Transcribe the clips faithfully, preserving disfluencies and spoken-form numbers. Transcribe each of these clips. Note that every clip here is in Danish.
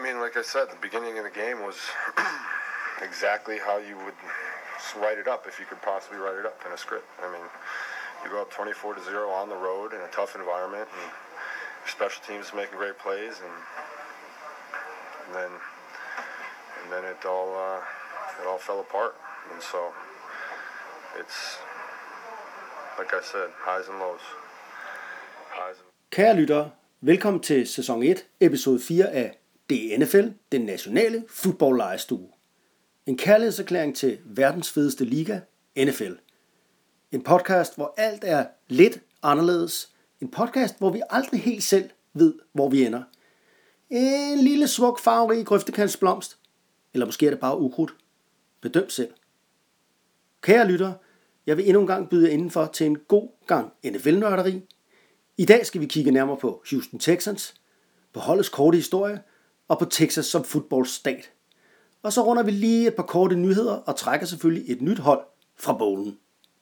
mean, like I said, the beginning of the game was exactly how you would write it up if you could possibly write it up in a script. I mean, you go up twenty-four to zero on the road in a tough environment, and your special teams making great plays, and, and then and then it all uh, it all fell apart. And so it's like I said, highs and lows. Highs and Kære lyttere, velkommen til sæson et, episode fire af D N F L, den nationale fodboldlejestue. En kærlighedserklæring til verdens fedeste liga, N F L. En podcast, hvor alt er lidt anderledes. En podcast, hvor vi aldrig helt selv ved, hvor vi ender. En lille smuk farverig grøftekantsblomst. Eller måske er det bare ukrudt. Bedøm selv. Kære lyttere, jeg vil endnu en gang byde jer indenfor til en god gang N F L-nørderi. I dag skal vi kigge nærmere på Houston Texans, på holdets korte historie og på Texas som fodboldstat. Og så runder vi lige et par korte nyheder og trækker selvfølgelig et nyt hold fra bowlen.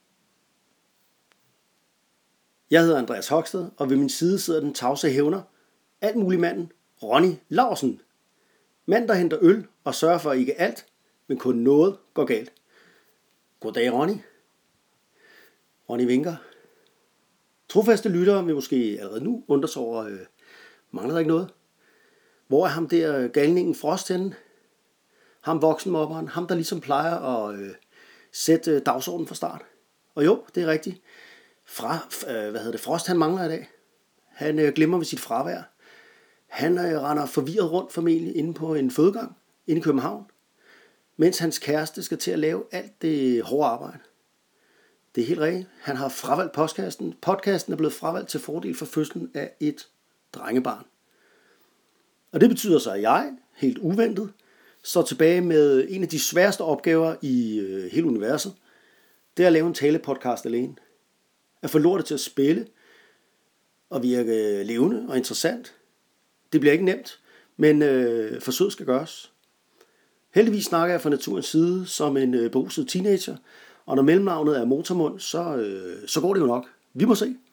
Jeg hedder Andreas Hoksted, og ved min side sidder den tavse hævner, alt mulig manden, Ronny Laursen. Mand, der henter øl og sørger for ikke alt, men kun noget går galt. Goddag, Ronny. Ronny vinker. Trofaste lyttere vil måske allerede nu undre sig over, øh, mangler der ikke noget? Hvor er ham der galningen Frost henne? Ham voksenmobberen, ham der ligesom plejer at øh, sætte øh, dagsordenen fra start. Og jo, det er rigtigt. Fra, øh, hvad hedder det, Frost han mangler i dag. Han øh, glemmer ved sit fravær. Han øh, render forvirret rundt formentlig inde på en fødegang inde i København, mens hans kæreste skal til at lave alt det hårde arbejde. Det er helt rigtigt. Han har fravalgt podcasten. Podcasten er blevet fravalgt til fordel for fødslen af et drengebarn. Og det betyder så, at jeg, helt uventet, står tilbage med en af de sværeste opgaver i øh, hele universet. Det er at lave en talepodcast alene. At få lortet til at spille og virke øh, levende og interessant. Det bliver ikke nemt, men øh, forsøget skal gøres. Heldigvis snakker jeg fra naturens side som en øh, beruset teenager, og når mellemnavnet er motormund, så, øh, så går det jo nok. Vi må se.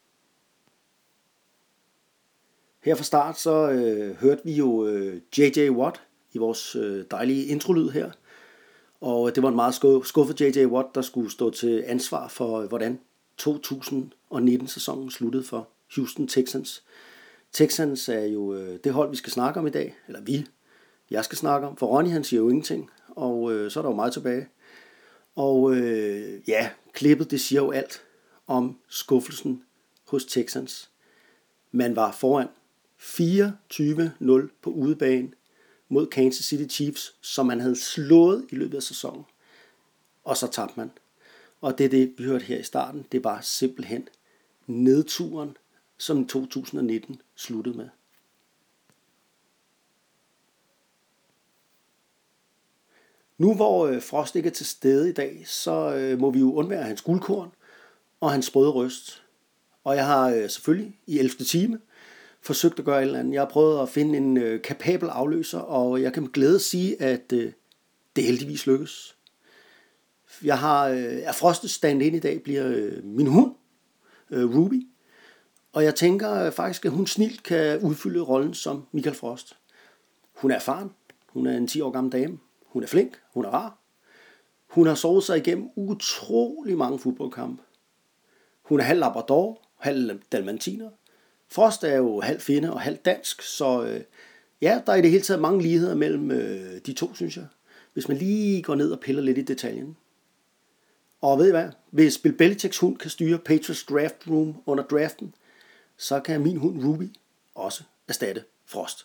Her fra start, så øh, hørte vi jo øh, J J Watt i vores øh, dejlige introlyd her. Og det var en meget skuffet J J Watt, der skulle stå til ansvar for, øh, hvordan to tusind nitten-sæsonen sluttede for Houston Texans. Texans er jo øh, det hold, vi skal snakke om i dag. Eller vi. Jeg skal snakke om. For Ronny, han siger jo ingenting. Og øh, så er der jo meget tilbage. Og øh, ja, klippet det siger jo alt om skuffelsen hos Texans. Man var foran fireogtyve nul på udebane mod Kansas City Chiefs, som man havde slået i løbet af sæsonen. Og så tabte man. Og det er det, vi hørte her i starten. Det var simpelthen nedturen, som to tusind nitten sluttede med. Nu hvor Frost ikke er til stede i dag, så øh, må vi jo undvære hans guldkorn og hans sprøde røst. Og jeg har øh, selvfølgelig i ellevte time forsøgt at gøre et eller andet. Jeg har prøvet at finde en øh, kapabel afløser, og jeg kan med glæde sige, at øh, det heldigvis lykkes. Jeg har øh, er Frostes stand-in i dag bliver øh, min hund, øh, Ruby. Og jeg tænker øh, faktisk, at hun snilt kan udfylde rollen som Michael Frost. Hun er erfaren. Hun er en ti år gammel dame. Hun er flink, hun er rar. Hun har sovet sig igennem utrolig mange fodboldkampe. Hun er halv labrador, halv dalmatiner. Frost er jo halv finne og halv dansk, så øh, ja, der er i det hele taget mange ligheder mellem øh, de to, synes jeg. Hvis man lige går ned og piller lidt i detaljen. Og ved I hvad? Hvis Bill Belichicks hund kan styre Patriots draft room under draften, så kan min hund Ruby også erstatte Frost.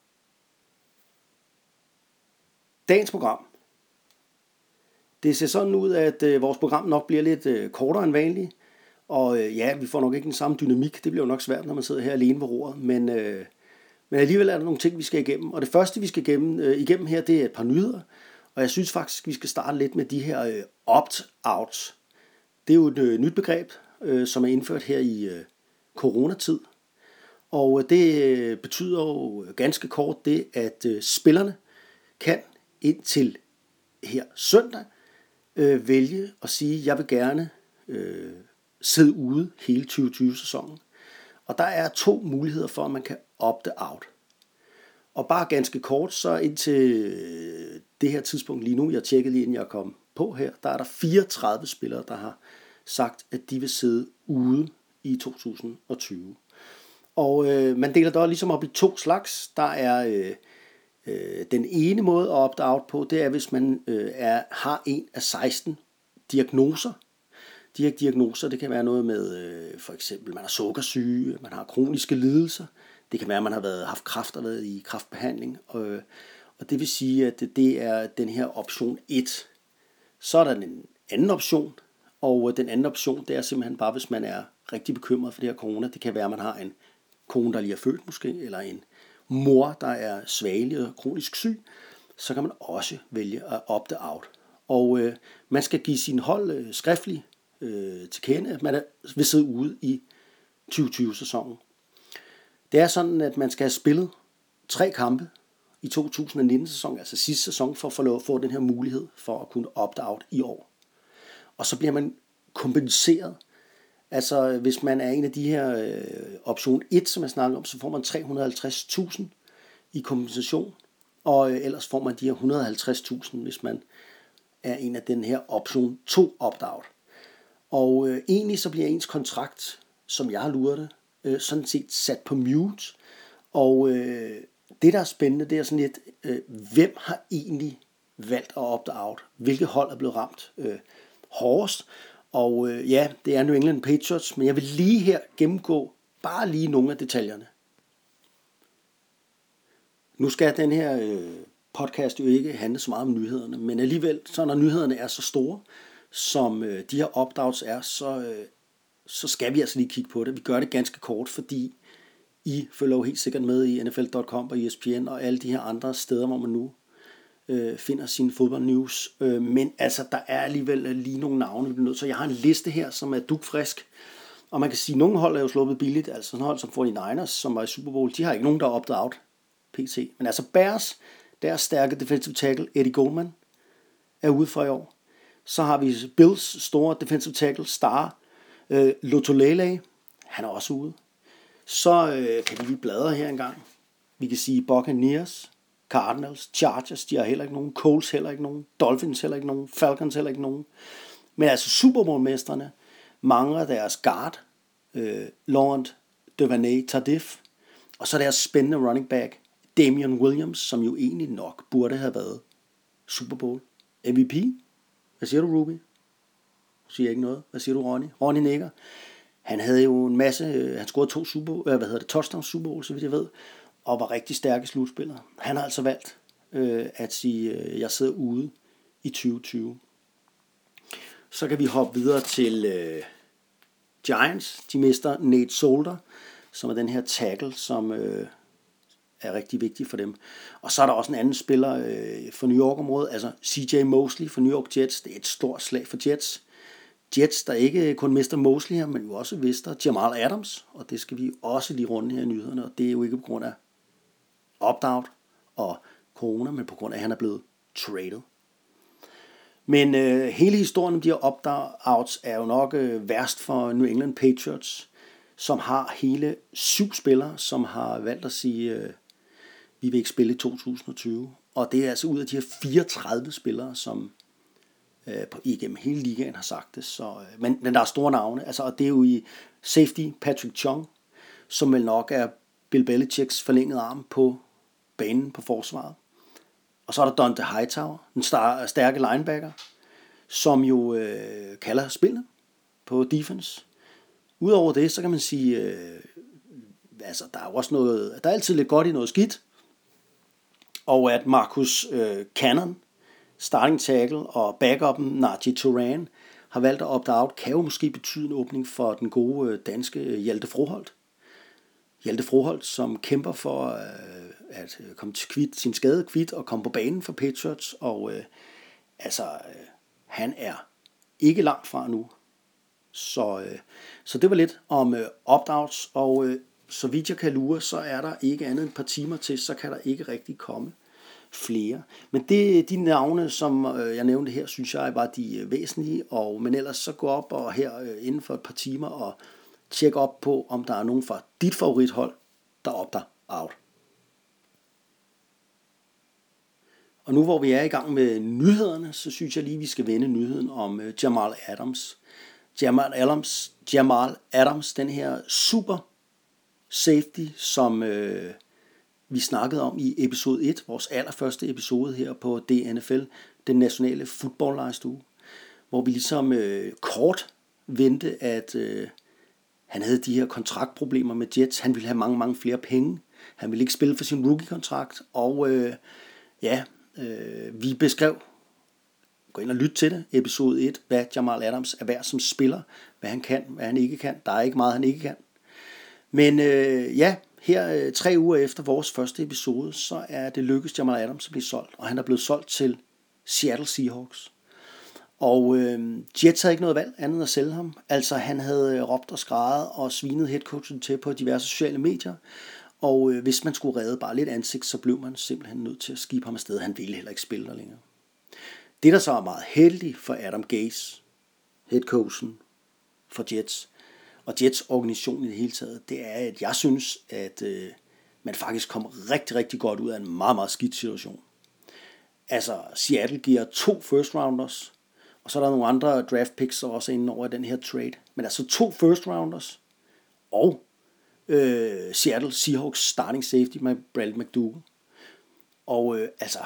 Dagens program. Det ser sådan ud, at øh, vores program nok bliver lidt øh, kortere end vanligt. Og øh, ja, vi får nok ikke den samme dynamik. Det bliver jo nok svært, når man sidder her alene på roret. Men, øh, men alligevel er der nogle ting, vi skal igennem. Og det første, vi skal igennem, øh, igennem her, det er et par nyheder. Og jeg synes faktisk, vi skal starte lidt med de her øh, opt-outs. Det er jo et øh, nyt begreb, øh, som er indført her i øh, coronatid. Og øh, det øh, betyder jo ganske kort det, at øh, spillerne kan indtil her søndag øh, vælge at sige, at jeg vil gerne øh, sidde ude hele tyve tyve-sæsonen. Og der er to muligheder for, at man kan opte out. Og bare ganske kort, så indtil det her tidspunkt lige nu, jeg tjekkede lige inden jeg kom på her, der er der fireogtredive spillere, der har sagt, at de vil sidde ude i to tusind og tyve. Og øh, man deler det ligesom op i to slags. Der er øh, øh, den ene måde at opt-out på, det er, hvis man øh, er, har en af seksten diagnoser. De her diagnoser, det kan være noget med, øh, for eksempel, man har sukkersyge, man har kroniske lidelser. Det kan være, at man har været, haft kræft og været i kræftbehandling. Og, og det vil sige, at det er den her option et. Så er der en anden option, og den anden option, det er simpelthen bare, hvis man er rigtig bekymret for det her corona. Det kan være, at man har en kone, der lige er født måske, eller en mor, der er svagelig og kronisk syg. Så kan man også vælge at opt-out. Og øh, man skal give sin hold øh, skriftligt øh, til kende, at man er, vil sidde ude i tyve tyve-sæsonen. Det er sådan, at man skal have spillet tre kampe i to tusind og nitten-sæsonen, altså sidste sæson, for at få lov at få den her mulighed for at kunne opt-out i år. Og så bliver man kompenseret. Altså, hvis man er en af de her øh, option et, som jeg snakker om, så får man tre hundrede og halvtreds tusind i kompensation, og øh, ellers får man de her et hundrede og halvtreds tusind, hvis man er en af den her option to opt-out. Og øh, egentlig så bliver ens kontrakt, som jeg har luret det, øh, sådan set sat på mute. Og øh, det, der er spændende, det er sådan lidt, øh, hvem har egentlig valgt at opt-out? Hvilke hold er blevet ramt øh, hårdest? Og øh, ja, det er New England Patriots, men jeg vil lige her gennemgå bare lige nogle af detaljerne. Nu skal den her øh, podcast jo ikke handle så meget om nyhederne, men alligevel, så når nyhederne er så store, som øh, de her opt-outs er, så, øh, så skal vi altså lige kigge på det. Vi gør det ganske kort, fordi I følger jo helt sikkert med i N F L punktum com og E S P N og alle de her andre steder, hvor man nu øh, finder sin fodboldnews. Øh, men altså, der er alligevel lige nogle navne, vi bliver nødt til. Så jeg har en liste her, som er dugfrisk. Og man kan sige, at nogle hold er jo sluppet billigt. Altså sådan hold som forty-niners, som var i Super Bowl, de har ikke nogen, der er optet out P C. Men altså Bears, deres stærke defensive tackle, Eddie Goldman, er ude for i år. Så har vi Bills store defensive tackle, Star, øh, Lotulelei, han er også ude. Så øh, kan vi lige bladre her engang. Vi kan sige Buccaneers, Cardinals, Chargers, de har heller ikke nogen. Colts heller ikke nogen. Dolphins heller ikke nogen. Falcons heller ikke nogen. Men altså Super Bowl-mestrene mangler deres guard, øh, Laurent Duvernay Tardif, og så deres spændende running back, Damian Williams, som jo egentlig nok burde have været Super Bowl M V P. Hvad siger du, Ruby? Du siger ikke noget. Hvad siger du, Ronny? Ronny nikker. Han havde jo en masse, han scorede to Super Bowl, hvad hedder det, touchdowns Super Bowl, så vidt jeg ved, og var rigtig stærk i slutspillet. Han har altså valgt øh, at sige, øh, jeg sidder ude i tyve tyve. Så kan vi hoppe videre til øh, Giants. De mister Nate Solder, som er den her tackle, som øh, er rigtig vigtig for dem. Og så er der også en anden spiller øh, for New York-området, altså C J Mosley for New York Jets. Det er et stort slag for Jets. Jets, der ikke kun mister Mosley her, men jo også mister Jamal Adams, og det skal vi også lige runde her i nyhederne, og det er jo ikke på grund af opt-out og corona, men på grund af, at han er blevet traded. Men øh, hele historien om de her opt-outs er jo nok øh, værst for New England Patriots, som har hele syv spillere, som har valgt at sige, øh, vi vil ikke spille i to tusind og tyve. Og det er altså ud af de her fireogtredive spillere, som øh, på, igennem hele ligaen har sagt det. Så, øh, men, men der er store navne, altså, og det er jo i safety Patrick Chung, som vel nok er Bill Belichicks forlængede arm på banen på forsvaret. Og så er der Dante Hightower, en star, stærke linebacker, som jo øh, kalder spillet på defense. Udover det, så kan man sige, øh, altså der er jo også noget, der er altid lidt godt i noget skidt. Og at Marcus øh, Cannon, starting tackle, og backupen Najee Turan har valgt at opt-out, kan jo måske betyde en åbning for den gode øh, danske Hjalte Froholt. Hjalte Froholt, som kæmper for øh, at komme til kvit, sin skade kvit og komme på banen for Patriots. Og øh, altså, øh, han er ikke langt fra nu. Så, øh, så det var lidt om øh, opt-outs, og øh, så vidt jeg kan lure, så er der ikke andet end et par timer til, så kan der ikke rigtig komme flere. Men det, de navne, som øh, jeg nævnte her, synes jeg var de øh, væsentlige, og, men ellers så gå op og her øh, inden for et par timer og tjek op på, om der er nogen fra dit favorithold, der opter out. Og nu hvor vi er i gang med nyhederne, så synes jeg lige, vi skal vende nyheden om øh, Jamal Adams. Jamal Adams, Jamal Adams, den her super safety, som øh, vi snakkede om i episode et, vores allerførste episode her på D N F L, den nationale fodboldlejestue, hvor vi ligesom øh, kort vendte, at øh, han havde de her kontraktproblemer med Jets. Han ville have mange, mange flere penge. Han ville ikke spille for sin rookie-kontrakt, og øh, ja, øh, vi beskrev, gå ind og lyt til det, episode et, hvad Jamal Adams er værd som spiller, hvad han kan, hvad han ikke kan. Der er ikke meget, han ikke kan. Men øh, ja, her øh, tre uger efter vores første episode, så er det lykkedes Jamal Adams at blive solgt, og han er blevet solgt til Seattle Seahawks. Og øh, Jets havde ikke noget valg andet end at sælge ham. Altså han havde råbt og skreget og svinet headcoachen til på diverse sociale medier. Og øh, hvis man skulle redde bare lidt ansigt, så blev man simpelthen nødt til at skibe ham afsted. Han ville heller ikke spille der længere. Det, der så er meget heldigt for Adam Gase, headcoachen for Jets, og Jets organisation i det hele taget, det er, at jeg synes, at øh, man faktisk kom rigtig, rigtig godt ud af en meget, meget skidt situation. Altså, Seattle giver to first rounders, og så er der nogle andre draft picks, der også er inde over den her trade. Men altså to first rounders, og øh, Seattle Seahawks starting safety med Brandon McDougal. Og øh, altså,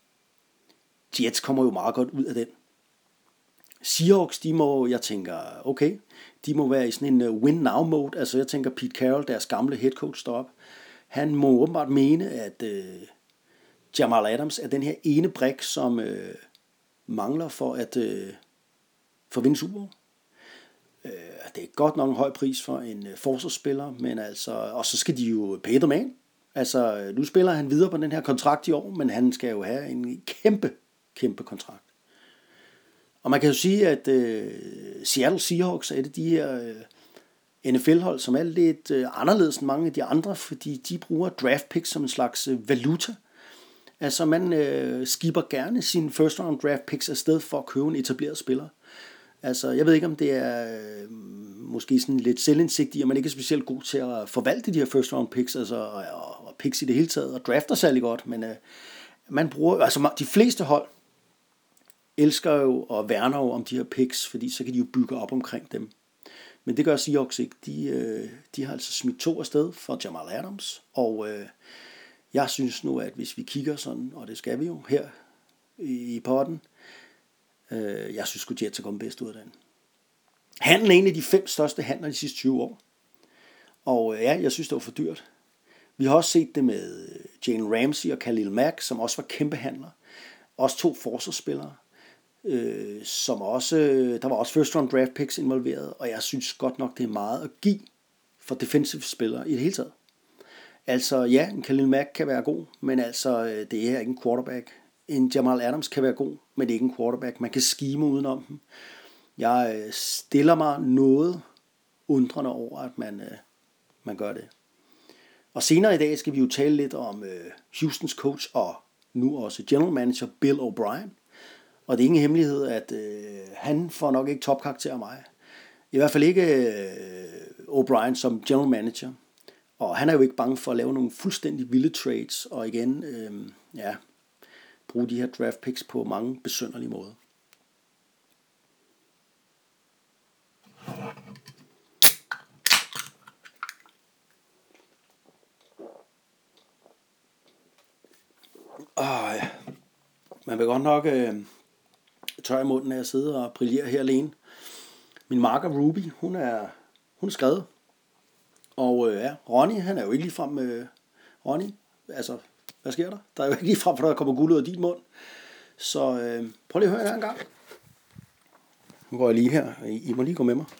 Jets kommer jo meget godt ud af den. Seahawks, de må, jeg tænker, okay, de må være i sådan en win-now-mode. Altså, jeg tænker, Pete Carroll, deres gamle head coach, står op. Han må åbenbart mene, at øh, Jamal Adams er den her ene brik, som øh, mangler for at øh, for at vinde Super Bowl. Øh, det er godt nok en høj pris for en øh, forsvarsspiller, men altså, og så skal de jo pay the man. Altså, nu spiller han videre på den her kontrakt i år, men han skal jo have en kæmpe, kæmpe kontrakt. Og man kan jo sige, at øh, Seattle Seahawks er et af de her øh, N F L-hold, som er lidt øh, anderledes end mange af de andre, fordi de bruger draft picks som en slags øh, valuta. Altså man øh, skipper gerne sine first round draft picks afsted for at købe en etableret spiller. Altså jeg ved ikke, om det er øh, måske sådan lidt selvindsigt i, at man ikke er specielt god til at forvalte de her first round picks, altså og, og picks i det hele taget, og drafter særlig godt, men øh, man bruger, altså de fleste hold elsker jo og værner jo om de her picks, fordi så kan de jo bygge op omkring dem. Men det gør Seahawks ikke. De, øh, de har altså smidt to afsted for Jamal Adams, og øh, jeg synes nu, at hvis vi kigger sådan, og det skal vi jo her i, i potten, øh, jeg synes at Jets er kommet bedst ud af den. Handlen er en af de fem største handler de sidste tyve år, og øh, ja, jeg synes det var for dyrt. Vi har også set det med Jalen Ramsey og Khalil Mack, som også var kæmpe handler. Også to forsvarsspillere. Øh, som også, der var også first round draft picks involveret, og jeg synes godt nok, det er meget at give for defensive spillere i det hele taget. Altså ja, en Khalil Mack kan være god, men altså det er ikke en quarterback. En Jamal Adams kan være god, men det er ikke en quarterback. Man kan skime udenom dem. Jeg stiller mig noget undrende over, at man, man gør det. Og senere i dag skal vi jo tale lidt om Houstons coach og nu også general manager Bill O'Brien. Og det er ingen hemmelighed, at øh, han får nok ikke topkarakter af mig. I hvert fald ikke øh, O'Brien som general manager. Og han er jo ikke bange for at lave nogle fuldstændig vilde trades. Og igen, øh, ja, bruge de her draft picks på mange besynderlige måder. Åh, ja. Man vil godt nok øh, tør i munden, når jeg sidder og brillerer her alene. Min marker Ruby, hun er, hun er skrevet. Og øh, ja, Ronny, han er jo ikke ligefrem øh, Ronny. Altså, hvad sker der? Der er jo ikke ligefrem, for der kommer guld ud af din mund. Så øh, prøv lige at høre her en gang. Nu går jeg lige her. I, I må lige gå med mig.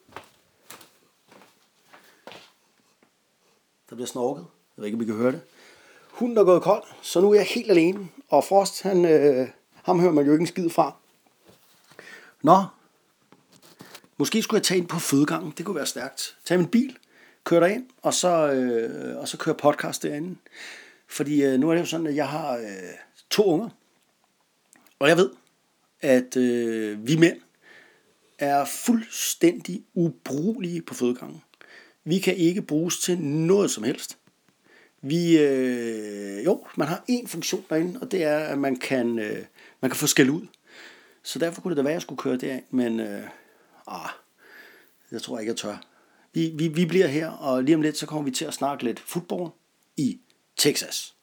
Der bliver snorket. Jeg ved ikke, om I kan høre det. Hunden er gået kold, så nu er jeg helt alene. Og Frost, han, øh, ham hører man jo ikke en skid fra. Nå, måske skulle jeg tage ind på fødegangen. Det kunne være stærkt. Tag min bil, køre derind, og så, øh, og så køre podcast derinde. Fordi øh, nu er det jo sådan, at jeg har øh, to unger. Og jeg ved, at øh, vi mænd er fuldstændig ubrugelige på fødegangen. Vi kan ikke bruges til noget som helst. Vi, øh, jo, man har én funktion derinde, og det er, at man kan, øh, man kan få skæld ud. Så derfor kunne det da være, at jeg skulle køre derind, men øh, ah, jeg tror ikke, jeg tør. Vi, vi, vi bliver her, og lige om lidt, så kommer vi til at snakke lidt fodbold i Texas.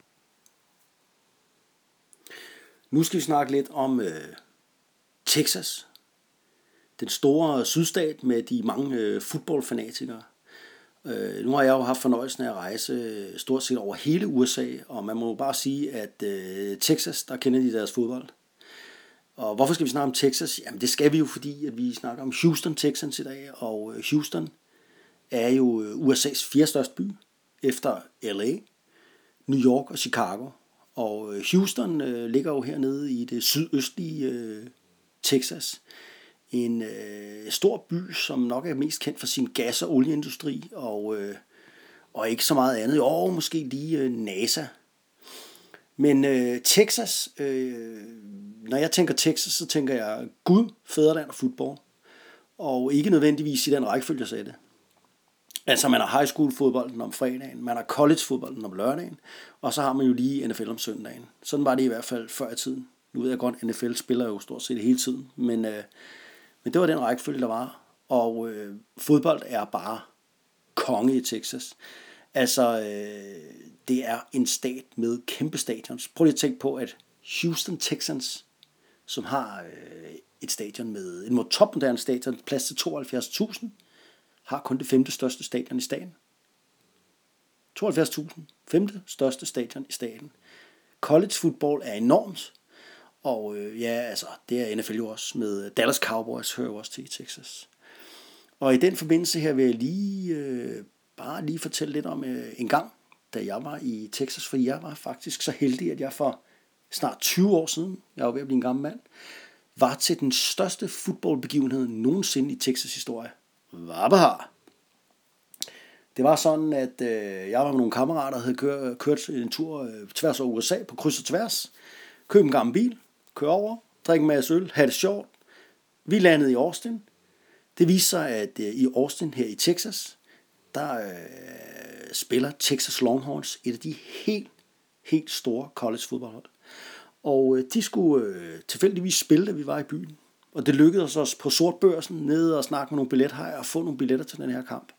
Nu skal vi snakke lidt om øh, Texas, den store sydstat med de mange øh, fodboldfanatikere. Øh, nu har jeg jo haft fornøjelsen af at rejse stort set over hele U S A, og man må jo bare sige, at øh, Texas, der kender de deres fodbold. Og hvorfor skal vi snakke om Texas? Jamen det skal vi jo, fordi at vi snakker om Houston Texans i dag, og øh, Houston er jo U S A's fjerde største by, efter L A, New York og Chicago. Og øh, Houston øh, ligger jo hernede i det sydøstlige øh, Texas. En øh, stor by, som nok er mest kendt for sin gas- og olieindustri, og, øh, og ikke så meget andet. Jo, måske lige øh, NASA. Men øh, Texas, øh, når jeg tænker Texas, så tænker jeg Gud, fædreland og fodbold. Og ikke nødvendigvis i den rækkefølge, jeg sagde det. Altså man har high school fodbolden om fredagen, man har college fodbolden om lørdagen, og så har man jo lige N F L om søndagen. Sådan var det i hvert fald før i tiden. Nu ved jeg godt, at N F L spiller jo stort set hele tiden, men, øh, men det var den rækkefølge, der var. Og øh, fodbold er bare konge i Texas. Altså, øh, det er en stat med kæmpe stadions. Prøv lige at tænke på, at Houston Texans, som har øh, et stadion med en topmoderne stadion, plads til tooghalvfjerds tusind, har kun det femte største stadion i staten. tooghalvfjerds tusind, femte største stadion i staten. College football er enormt, og øh, ja, altså, det er N F L jo også, med Dallas Cowboys hører jo også til i Texas. Og i den forbindelse her vil jeg lige, øh, bare lige fortælle lidt om øh, en gang, da jeg var i Texas, for jeg var faktisk så heldig, at jeg for snart tyve år siden, jeg var ved at blive en gammel mand, var til den største fodboldbegivenhed nogensinde i Texas historie. Vabahar. Det var sådan, at øh, jeg var med nogle kammerater, der havde kørt, kørt en tur øh, tværs over U S A på kryds og tværs. Køb en gammel bil, køre over, drikke en masse øl, have det sjovt. Vi landede i Austin. Det viser sig, at øh, i Austin her i Texas, der øh, spiller Texas Longhorns et af de helt, helt store college fodboldhold. Og øh, de skulle øh, tilfældigvis spille, da vi var i byen. Og det lykkedes os på sortbørsen nede og snakke med nogle billethajer og få nogle billetter til den her kamp.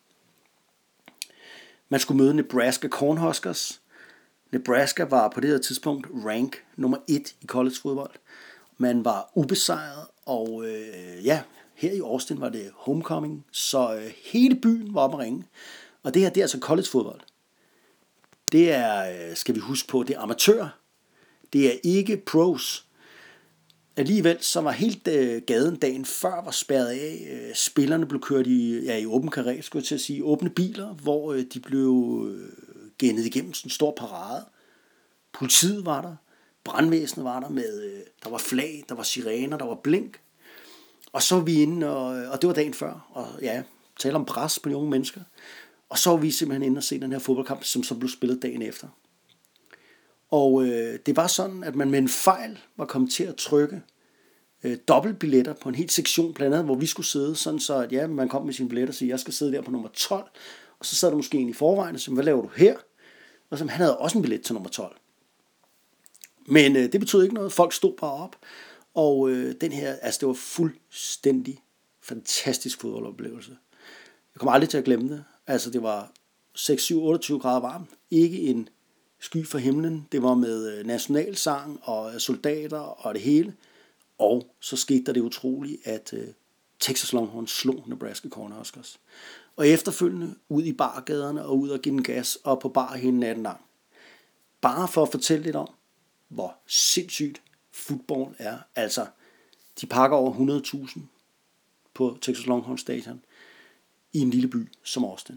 Man skulle møde Nebraska Cornhuskers. Nebraska var på det her tidspunkt rank nummer et i college fodbold. Man var ubesejret, og øh, ja, her i Austin var det homecoming, så øh, hele byen var oppe at ringe. Og det her, det er altså college fodbold. Det er, øh, skal vi huske på, det er amatører. Det er ikke pros. Alligevel så var helt øh, gaden dagen før var spærret af. Øh, spillerne blev kørt i, ja, i åben karré, skulle jeg til at sige, åbne biler, hvor øh, de blev øh, gennet igennem sådan en stor parade. Politiet var der, brandvæsenet var der med, øh, der var flag, der var sirener, der var blink. Og så var vi inde, og, og det var dagen før, og ja, tale om pres på de unge mennesker. Og så var vi simpelthen inde og se den her fodboldkamp, som så blev spillet dagen efter. Og øh, det var sådan, at man med en fejl var kommet til at trykke øh, dobbeltbilletter på en hel sektion, blandt andet, hvor vi skulle sidde, sådan så at ja, man kom med sine billetter og sagde, jeg skal sidde der på nummer tolv, og så sad der måske en i forvejen og sagde, hvad laver du her? Og så han havde også en billet til nummer tolv. Men øh, det betød ikke noget, folk stod bare op, og øh, den her, altså det var fuldstændig fantastisk fodboldoplevelse. Jeg kommer aldrig til at glemme det. Altså det var seks syv otteogtyve grader varmt, ikke en sky for himlen. Det var med nationalsang og soldater og det hele. Og så skete der det utrolige, at uh, Texas Longhorns slog Nebraska Cornhuskers. Og efterfølgende ud i bargaderne og ud og give den gas og på bar hele natten lang. Bare for at fortælle lidt om, hvor sindssygt fodbold er. Altså, de pakker over hundrede tusind på Texas Longhorns stadion i en lille by som Austin.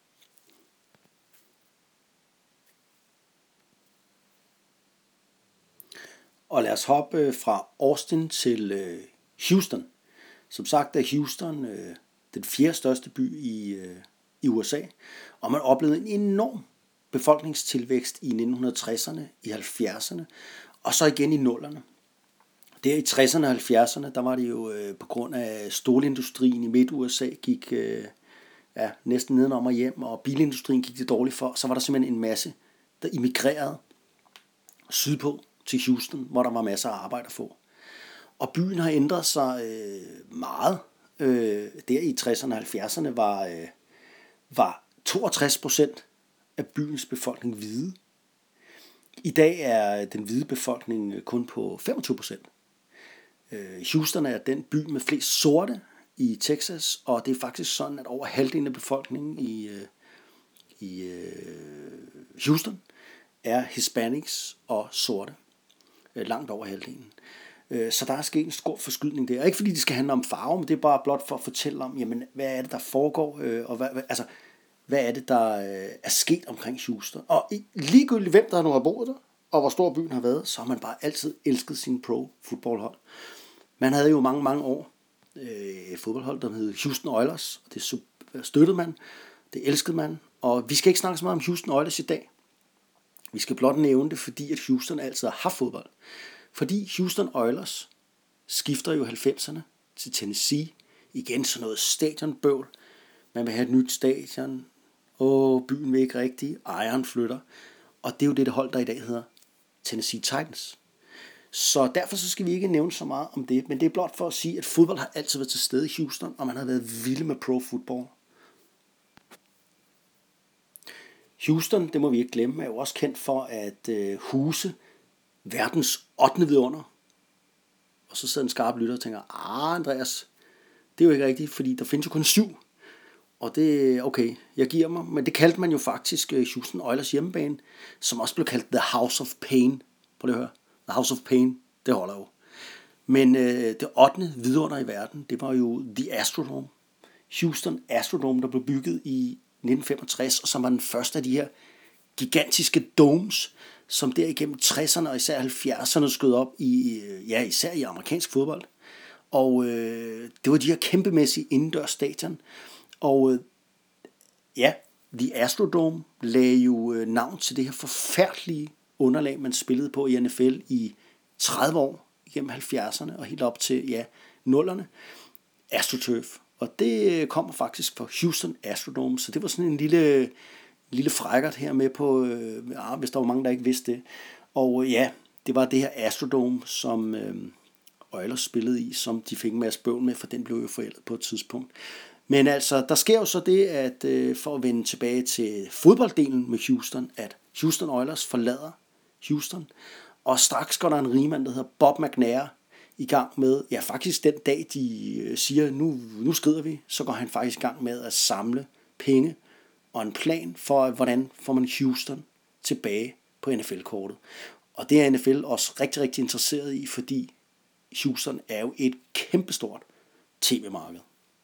Og lad os hoppe fra Austin til øh, Houston. Som sagt er Houston øh, den fjerde største by i, øh, i U S A, og man oplevede en enorm befolkningstilvækst i nitten tresserne, i halvfjerdserne, og så igen i nullerne. Der i tresserne og halvfjerdserne, der var det jo øh, på grund af stålindustrien i midt-U S A, gik, øh, ja, næsten nedenom og hjem, og bilindustrien gik det dårligt for, så var der simpelthen en masse, der emigrerede sydpå til Houston, hvor der var masser af arbejde at få. Og byen har ændret sig øh, meget. Øh, der i tresserne og halvfjerdserne var, øh, var toogtres procent af byens befolkning hvide. I dag er den hvide befolkning kun på femogtyve procent. Øh, Houston er den by med flest sorte i Texas, og det er faktisk sådan, at over halvdelen af befolkningen i, øh, i øh, Houston er hispanics og sorte. Øh, langt over halvdelen. Øh, så der er sket en stor forskydning der. Ikke fordi det skal handle om farve, men det er bare blot for at fortælle om, jamen, hvad er det, der foregår, øh, og hvad, hvad, altså, hvad er det, der øh, er sket omkring Houston. Og ligegyldigt hvem der nu har boet der, og hvor stor byen har været, så har man bare altid elsket sin pro-fodboldhold. Man havde jo mange, mange år øh, et fodboldhold, der hed Houston Oilers, og det støttede man, det elskede man, og vi skal ikke snakke så meget om Houston Oilers i dag. Vi skal blot nævne det, fordi at Houston altid har haft fodbold. Fordi Houston Oilers skifter jo halvfemserne til Tennessee. Igen sådan noget stadionbøvl. Man vil have et nyt stadion. Åh, byen vil ikke rigtigt. Ejeren flytter. Og det er jo det, det hold, der i dag hedder Tennessee Titans. Så derfor så skal vi ikke nævne så meget om det. Men det er blot for at sige, at fodbold har altid været til stede i Houston, og man har været vilde med pro-football. Houston, det må vi ikke glemme, er jo også kendt for at øh, huse verdens ottende vidunder. Og så sidder en skarp lytter og tænker, ah Andreas, det er jo ikke rigtigt, fordi der findes jo kun syv. Og det, okay, jeg giver mig. Men det kaldte man jo faktisk Houston Oilers hjemmebane, som også blev kaldt The House of Pain. Prøv lige at høre. The House of Pain, det holder jo. Men øh, det ottende vidunder i verden, det var jo The Astrodome. Houston Astrodome, der blev bygget i nitten femogtres, og som var den første af de her gigantiske domes, som der igennem tresserne og især halvfjerdserne skød op i, ja, især i amerikansk fodbold. Og øh, det var de her kæmpemæssige indendørs stadion. Og øh, ja, The Astrodome lagde jo øh, navn til det her forfærdelige underlag, man spillede på i N F L i tredive år, igennem halvfjerdserne og helt op til, ja, nullerne. AstroTurf. Og det kommer faktisk fra Houston Astrodome, så det var sådan en lille, lille frækkert her med på, øh, ja, hvis der var mange, der ikke vidste det. Og øh, ja, det var det her Astrodome, som øh, Oilers spillede i, som de fik en masse bøvl med, for den blev jo forældet på et tidspunkt. Men altså, der sker jo så det, at øh, for at vende tilbage til fodbolddelen med Houston, at Houston Oilers forlader Houston, og straks går der en rigmand, der hedder Bob McNair, i gang med, ja faktisk den dag, de siger, nu, nu skrider vi, så går han faktisk i gang med at samle penge og en plan for, hvordan får man Houston tilbage på N F L-kortet. Og det er N F L også rigtig, rigtig interesseret i, fordi Houston er jo et kæmpestort tv-marked.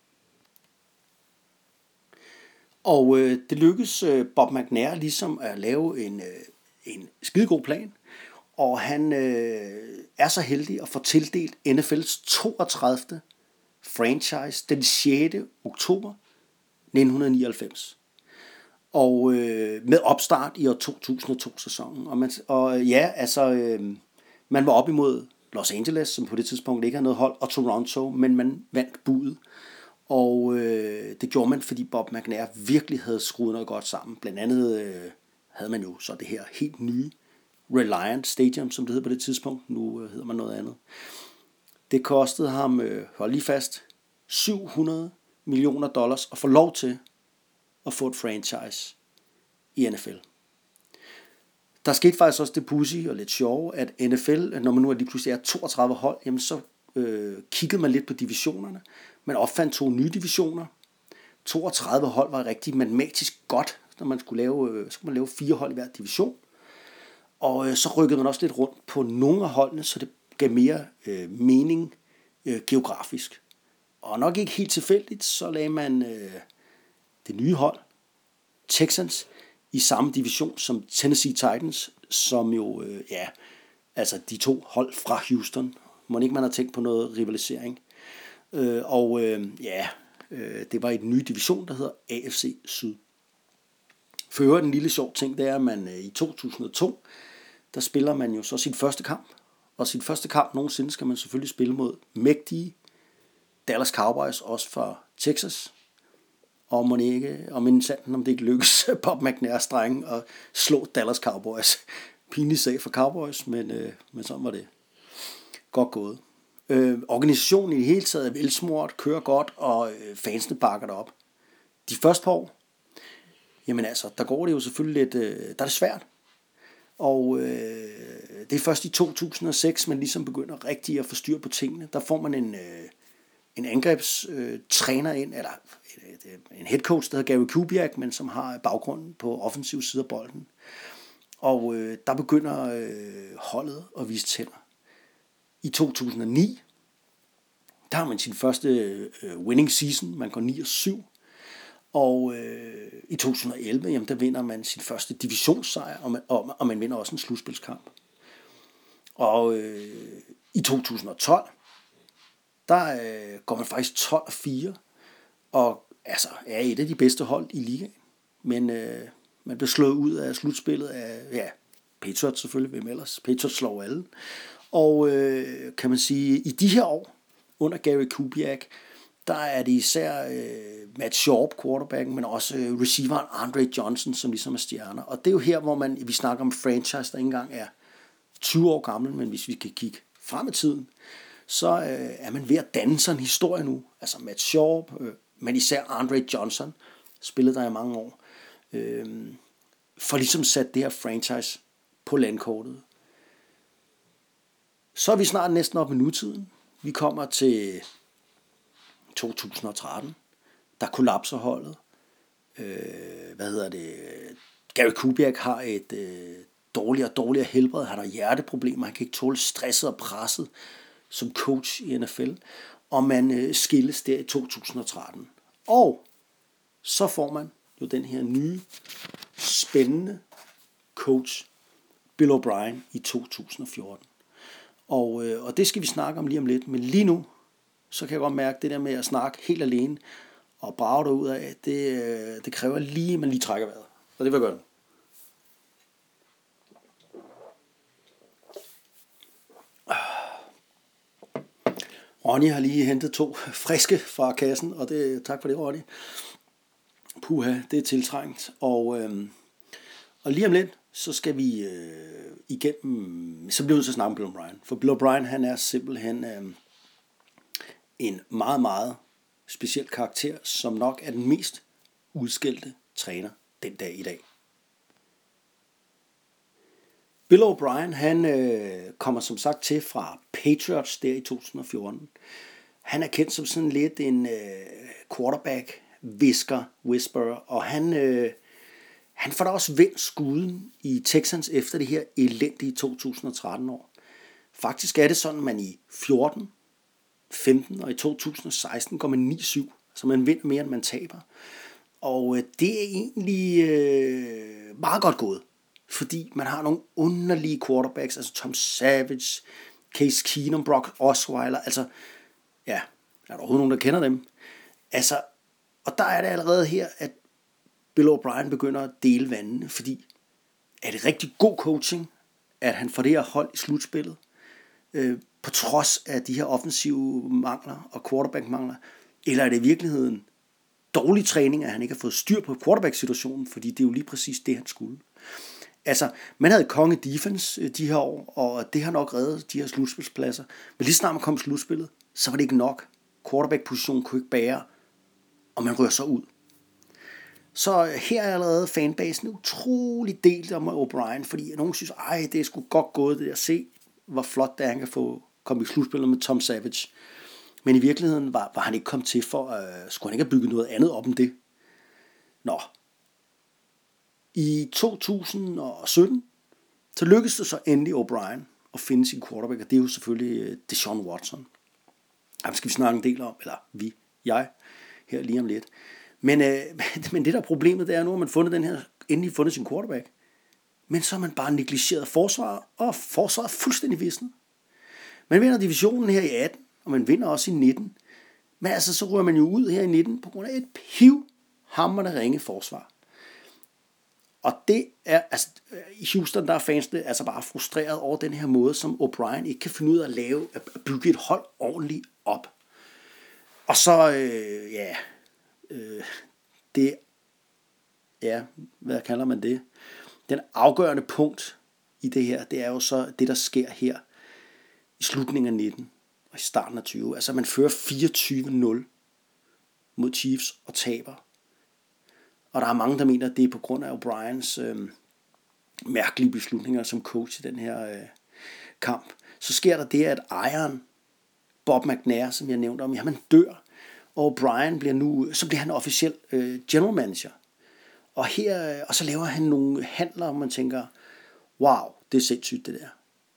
Og øh, det lykkes øh, Bob McNair ligesom at lave en, øh, en skidegod plan, og han øh, er så heldig at få tildelt N F L's toogtredivte franchise den sjette oktober nitten nioghalvfems. Og øh, med opstart i år to tusind og to-sæsonen. Og, man, og ja, altså, øh, man var op imod Los Angeles, som på det tidspunkt ikke havde noget hold, og Toronto, men man vandt budet. Og øh, det gjorde man, fordi Bob McNair virkelig havde skruet noget godt sammen. Blandt andet øh, havde man jo så det her helt nye Reliant Stadium, som det hed på det tidspunkt. Nu øh, hedder man noget andet. Det kostede ham, øh, hold lige fast, syv hundrede millioner dollars at få lov til at få et franchise i N F L. Der skete faktisk også det pudsy og lidt sjove, at N F L, når man nu lige pludselig er toogtredive hold, jamen så øh, kiggede man lidt på divisionerne. Man opfandt to nye divisioner. toogtredive hold var rigtig matematisk godt, når man skulle lave, øh, så skulle man lave fire hold i hver division. Og øh, så rykkede man også lidt rundt på nogle af holdene, så det gav mere øh, mening øh, geografisk. Og nok ikke helt tilfældigt, så lagde man øh, det nye hold, Texans, i samme division som Tennessee Titans, som jo, øh, ja, altså de to hold fra Houston. Må ikke man har tænkt på noget rivalisering. Øh, og øh, ja, øh, det var i den nye division, der hedder A F C Syd. For øvrigt en lille sjov ting, det er, at man øh, i to tusind og to, der spiller man jo så sin første kamp. Og sin første kamp nogensinde skal man selvfølgelig spille mod mægtige Dallas Cowboys, også fra Texas. og må ikke, om en sanden, om det ikke lykkes Bob McNairs drenge at slå Dallas Cowboys. Pinlig sag for Cowboys, men, øh, men sådan var det. Godt gået. Øh, organisationen i det hele taget er velsmurt, kører godt, og øh, fansene bakker det op. De første par år, jamen altså, der går det jo selvfølgelig lidt, øh, der er det svært. Og øh, det er først i to tusind og seks, man ligesom begynder rigtig at få styr på tingene. Der får man en, øh, en angrebstræner øh, ind, eller en head coach, der hedder Gary Kubiak, men som har baggrunden på offensiv side af bolden. Og øh, der begynder øh, holdet at vise tænder. I to tusind og ni, der har man sin første øh, winning season, man går ni og syv. Og øh, i to tusind og elleve, jamen, der vinder man sin første divisionssejr, og man, og, og man vinder også en slutspilskamp. Og øh, i to tusind og tolv, der øh, går man faktisk tolv og fire, og altså er et af de bedste hold i ligaen. Men øh, man blev slået ud af slutspillet af, ja, Patriots selvfølgelig, hvem ellers? Patriots slår alle. Og øh, kan man sige, i de her år, under Gary Kubiak, der er det især øh, Matt Sharp, quarterbacken, men også øh, receiveren Andre Johnson, som ligesom er stjerner. Og det er jo her, hvor man, vi snakker om franchise, der ikke engang er tyve år gammel, men hvis vi kan kigge frem i tiden, så øh, er man ved at danne sig en historie nu. Altså Matt Sharp, øh, men især Andre Johnson, spillede der i mange år, øh, for ligesom sat det her franchise på landkortet. Så er vi snart næsten oppe i nutiden. Vi kommer til to tusind og tretten, der kollapser holdet. Øh, hvad hedder det? Gary Kubiak har et øh, dårligere og dårligere helbred. Han har hjerteproblemer. Han kan ikke tåle stresset og presset som coach i N F L. Og man øh, skilles der i to tusind og tretten. Og så får man jo den her nye, spændende coach, Bill O'Brien, i to tusind og fjorten. Og, øh, og det skal vi snakke om lige om lidt. Men lige nu, så kan jeg godt mærke, det der med at snakke helt alene og brage derud af, det, det kræver lige, at man lige trækker vejret. Og det vil jeg gøre nu. Ronny har lige hentet to friske fra kassen, og det, tak for det, Ronny. Puha, det er tiltrængt. Og, øhm, og lige om lidt, så skal vi øh, igennem, så bliver vi så snakke om Bill O'Brien. For Bill O'Brien, han er simpelthen øh, en meget, meget speciel karakter, som nok er den mest udskældte træner den dag i dag. Bill O'Brien, han øh, kommer som sagt til fra Patriots der i to tusind og fjorten. Han er kendt som sådan lidt en øh, quarterback, visker, whisperer, og han, øh, han får da også vendt skuden i Texans efter det her elendige to tusind og tretten år. Faktisk er det sådan, at man i fjorten, femten og i to tusind og seksten går man ni syv, så man vinder mere, end man taber. Og øh, det er egentlig øh, meget godt gået, fordi man har nogle underlige quarterbacks, altså Tom Savage, Case Keenum, Brock Osweiler, altså, ja, er der overhovedet nogen, der kender dem? Altså, og der er det allerede her, at Bill O'Brien begynder at dele vandene, fordi er det rigtig god coaching, at han får det her hold i slutspillet, øh, på trods af de her offensive mangler og quarterback-mangler, eller er det i virkeligheden dårlig træning, at han ikke har fået styr på quarterback-situationen, fordi det er jo lige præcis det, han skulle. Altså, man havde konge defense de her år, og det har nok reddet de her slutspilspladser. Men lige snart man kom i slutspillet, så var det ikke nok. Quarterback-positionen kunne ikke bære, og man rører så ud. Så her er allerede fanbasen utrolig delt om O'Brien, fordi nogen synes, ej, det er sgu godt gået det at se, hvor flot det er, han kan få komme i slutspillet med Tom Savage. Men i virkeligheden var, var han ikke kommet til for, uh, skulle han ikke have bygget noget andet op end det. Nå. I to tusind og sytten, så lykkedes det så endelig O'Brien at finde sin quarterback, og det er jo selvfølgelig Deshaun Watson. Ham skal vi snakke en del om, eller vi, jeg, her lige om lidt. Men, øh, men det der problemet, det er nu, at man fundet den her, endelig fundet sin quarterback. Men så har man bare negligeret forsvaret, og forsvaret er fuldstændig visnet. Man vinder divisionen her i atten, og man vinder også i nitten. Men altså, så rører man jo ud her i nitten, på grund af et pivhamrende ringe forsvar. Og det er, altså, i Houston, der er fansene altså bare frustreret over den her måde, som O'Brien ikke kan finde ud af at lave, at bygge et hold ordentligt op. Og så, øh, ja, øh, det, ja, hvad kalder man det? Den afgørende punkt i det her, det er jo så det, der sker her i slutningen af nitten og i starten af tyve. Altså man fører fireogtyve nul mod Chiefs og taber. Og der er mange, der mener, at det er på grund af O'Briens øh, mærkelige beslutninger som coach i den her øh, kamp. Så sker der det, at ejeren, Bob McNair, som jeg nævnte om, jamen han dør. Og O'Brien bliver nu, så bliver han officiel øh, general manager. Og her, og så laver han nogle handler, og man tænker, wow, det er sindssygt det der.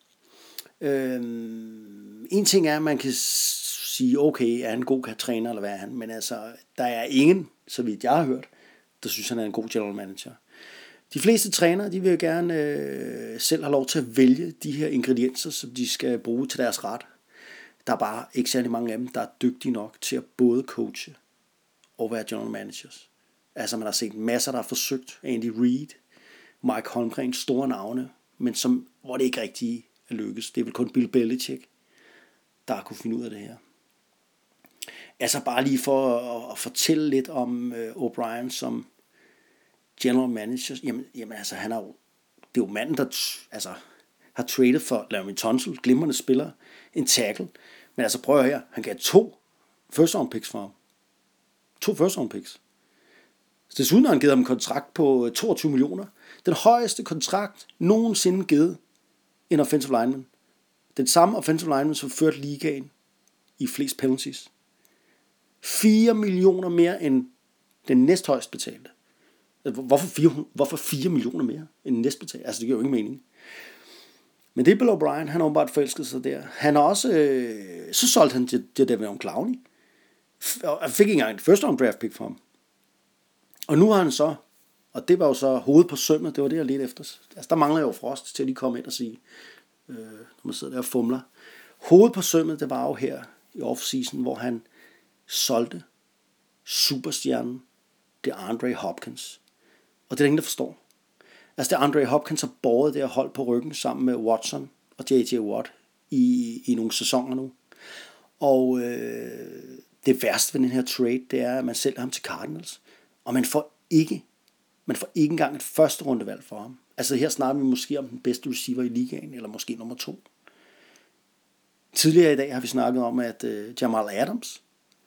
Øhm, en ting er, at man kan sige, okay, er han en god træner, eller hvad er han? Men altså, der er ingen, så vidt jeg har hørt, der synes, han er en god general manager. De fleste trænere, de vil gerne øh, selv have lov til at vælge de her ingredienser, som de skal bruge til deres ret. Der er bare ikke særlig mange af dem, der er dygtige nok til at både coache og være general managers. Altså man har set masser, der har forsøgt. Andy Reid, Mike Holmgren, store navne, men som, hvor det ikke rigtig er lykkes. Det er vel kun Bill Belichick, der har kunne finde ud af det her. Altså bare lige for at, at fortælle lidt om uh, O'Brien som general manager. Jamen, jamen altså han er jo, det er jo manden, der altså, har traded for Laremy Tunsil, glimrende spiller, en tackle. Men altså prøv her, han gav to first round picks for ham. To first round picks. Desuden har han givet ham en kontrakt på toogtyve millioner. Den højeste kontrakt nogensinde givet en offensive lineman. Den samme offensive lineman, som førte ligaen i flest penalties. fire millioner mere end den næsthøjst betalte. Hvorfor fire, hvorfor fire millioner mere end den næstbetalte? Altså det giver jo ingen mening. Men det er Bill O'Brien, han har åbenbart forelsket sig der. Han har også, øh, så solgte han til, til Devin Clowney. Og fik ikke engang et first round draft pick for ham. Og nu har han så, og det var jo så hovedet på sømmet, det var det, jeg lidt efter. Altså der mangler jo Frost til at de komme ind og sige, øh, når man sidder der og fumler. Hovedet på sømmet, det var jo her i offseason, hvor han solgte superstjernen, det er Andre Hopkins. Og det er der ingen, der forstår. Altså det er Andre Hopkins har båret det her hold på ryggen sammen med Watson og J J Watt i, i nogle sæsoner nu. Og øh, det værste ved den her trade, det er, at man sælger ham til Cardinals. Og man får ikke, man får ikke engang et første rundevalg for ham. Altså her snakker vi måske om den bedste receiver i ligaen, eller måske nummer to. Tidligere i dag har vi snakket om, at øh, Jamal Adams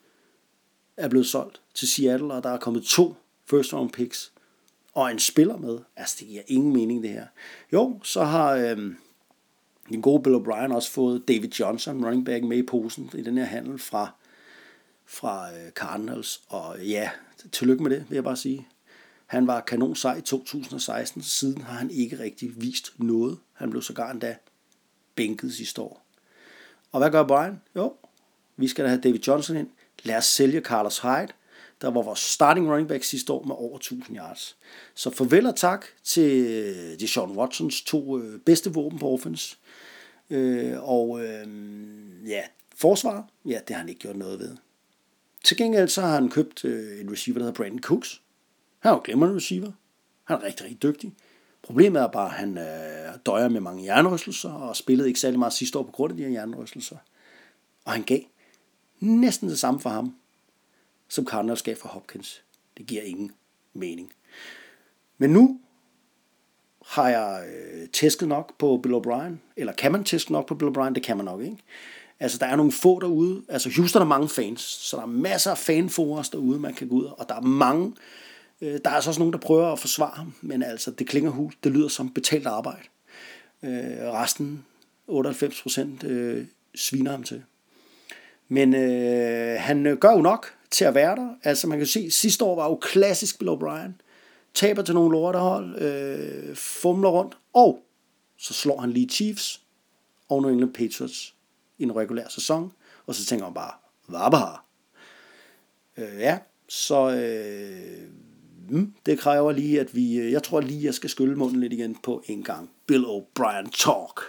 er blevet solgt til Seattle, og der er kommet to first round picks og en spiller med. Altså det giver ingen mening det her. Jo, så har øh, den gode Bill O'Brien også fået David Johnson, running back, med i posen i den her handel fra, fra øh, Cardinals. Og ja, tillykke med det, vil jeg bare sige. Han var kanon sej i to tusind og seksten, siden har han ikke rigtig vist noget. Han blev sågar endda bænket sidste år. Og hvad gør Brian? Jo, vi skal da have David Johnson ind. Lad os sælge Carlos Hyde, der var vores starting running back sidste år med over tusind yards. Så farvel og tak til Deshaun Watsons to øh, bedste våben på offense. Øh, og øh, ja, forsvar, ja, det har han ikke gjort noget ved. Til gengæld så har han købt øh, en receiver, der hedder Brandon Cooks. Han er jo glimrende receiver. Han er rigtig, rigtig dygtig. Problemet er bare, at han øh, døjer med mange hjernerystelser, og spillede ikke særlig meget sidste år på grund af de her hjernerystelser. Og han gav næsten det samme for ham, som Cardinals gav for Hopkins. Det giver ingen mening. Men nu har jeg øh, tæsket nok på Bill O'Brien. Eller kan man tæske nok på Bill O'Brien? Det kan man nok ikke. Altså der er nogle få derude. Altså Houston har mange fans, så der er masser af fanforums derude, man kan gå ud. Og der er mange. Øh, der er altså også nogen, der prøver at forsvare ham. Men altså det klinger hul. Det lyder som betalt arbejde. Øh, resten, otteoghalvfems procent, øh, sviner ham til. Men øh, han gør jo nok til at være der. Altså man kan se, sidste år var jo klassisk Bill O'Brien. Taber til nogle lortehold, øh, fumler rundt, og så slår han lige Chiefs og New England Patriots i en regulær sæson. Og så tænker man bare, hvad har? Øh, ja, så øh, mm, det kræver lige, at vi, jeg tror lige, jeg skal skylle munden lidt igen på en gang. Bill O'Brien Talk.